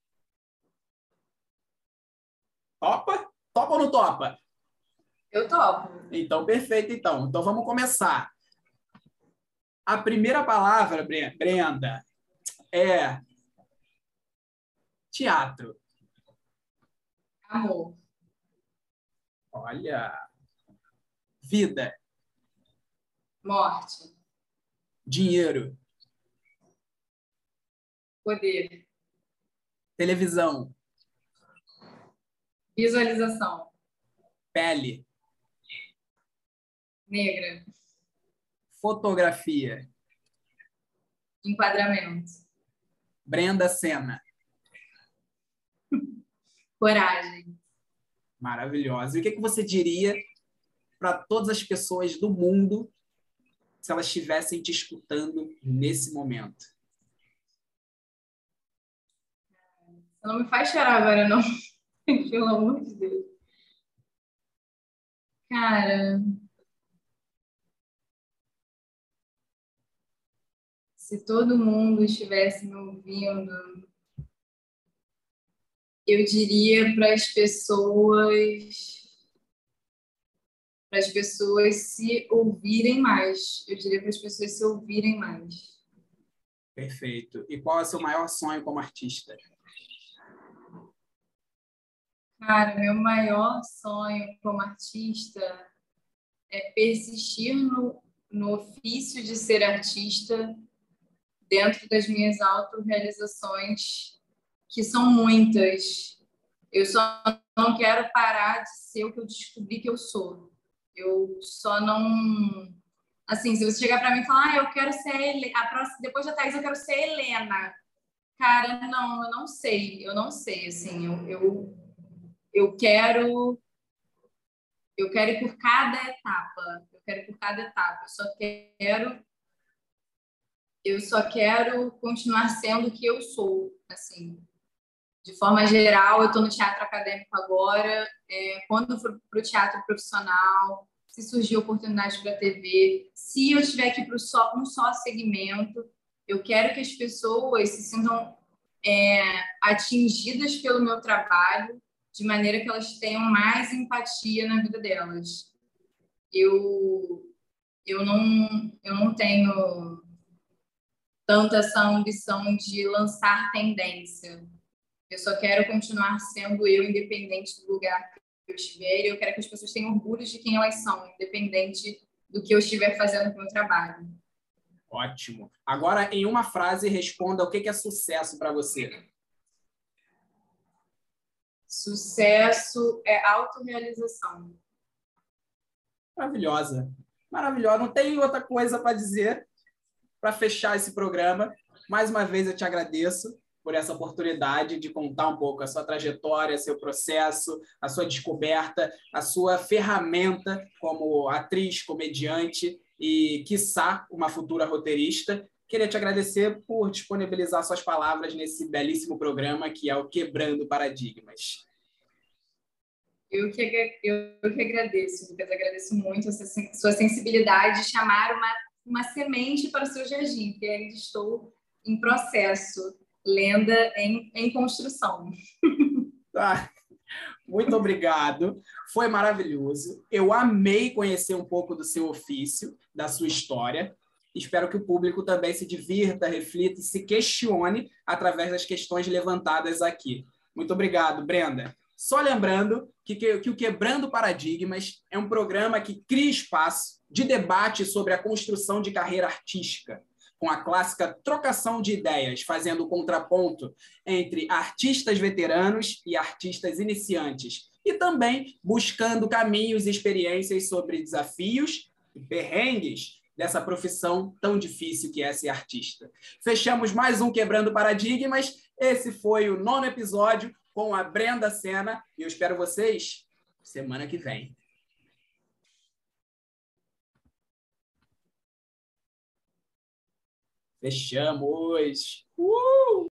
Topa? Topa ou não topa? Eu topo. Então, perfeito, então. Então, vamos começar. A primeira palavra, Brenda, é teatro. Amor. Olha. Vida. Morte. Dinheiro. Poder. Televisão. Visualização. Pele. Negra. Fotografia. Enquadramento. Brenda Senna. Coragem. Maravilhosa. E o que, que você diria para todas as pessoas do mundo se elas estivessem te escutando nesse momento? Você não me faz chorar agora, não. Pelo amor de Deus. Cara... Se todo mundo estivesse me ouvindo, eu diria para as pessoas, para as pessoas se ouvirem mais. Eu diria para as pessoas se ouvirem mais. Perfeito. E qual é o seu maior sonho como artista? Cara, meu maior sonho como artista é persistir no, no ofício de ser artista dentro das minhas autorrealizações, que são muitas. Eu só não quero parar de ser o que eu descobri que eu sou. Eu só não... Assim, se você chegar para mim e falar, ah, eu quero ser a Helena, a próxima, depois da Thaís eu quero ser a Helena. Cara, não, eu não sei, eu não sei, assim, eu, eu, eu quero... Eu quero ir por cada etapa, eu quero ir por cada etapa, eu só quero... Eu só quero continuar sendo o que eu sou, assim. De forma geral, eu estou no teatro acadêmico agora. É, quando eu for para o teatro profissional, se surgir oportunidade para a T V, se eu tiver aqui para só, um só segmento, eu quero que as pessoas se sintam é, atingidas pelo meu trabalho, de maneira que elas tenham mais empatia na vida delas. Eu, eu, não, eu não tenho... tanto essa ambição de lançar tendência. Eu só quero continuar sendo eu, independente do lugar que eu estiver, e eu quero que as pessoas tenham orgulho de quem elas são, independente do que eu estiver fazendo com o meu trabalho. Ótimo. Agora, em uma frase, responda o que é sucesso para você. Sucesso é autorrealização. Maravilhosa. Maravilhosa. Não tem outra coisa para dizer para fechar esse programa. Mais uma vez eu te agradeço por essa oportunidade de contar um pouco a sua trajetória, seu processo, a sua descoberta, a sua ferramenta como atriz, comediante e, quiçá, uma futura roteirista. Queria te agradecer por disponibilizar suas palavras nesse belíssimo programa que é o Quebrando Paradigmas. Eu que, eu que agradeço, Lucas. Agradeço muito a sua sensibilidade de chamar uma uma semente para o seu jardim, que ainda estou em processo, lenda em, em construção. Ah, muito obrigado, foi maravilhoso. Eu amei conhecer um pouco do seu ofício, da sua história. Espero que o público também se divirta, reflita e se questione através das questões levantadas aqui. Muito obrigado, Brenda. Só lembrando que, que, que o Quebrando Paradigmas é um programa que cria espaço de debate sobre a construção de carreira artística, com a clássica trocação de ideias, fazendo o contraponto entre artistas veteranos e artistas iniciantes, e também buscando caminhos e experiências sobre desafios e perrengues dessa profissão tão difícil que é ser artista. Fechamos mais um Quebrando Paradigmas. Esse foi o nono episódio com a Brenda Senna e eu espero vocês semana que vem. Fechamos! Uh!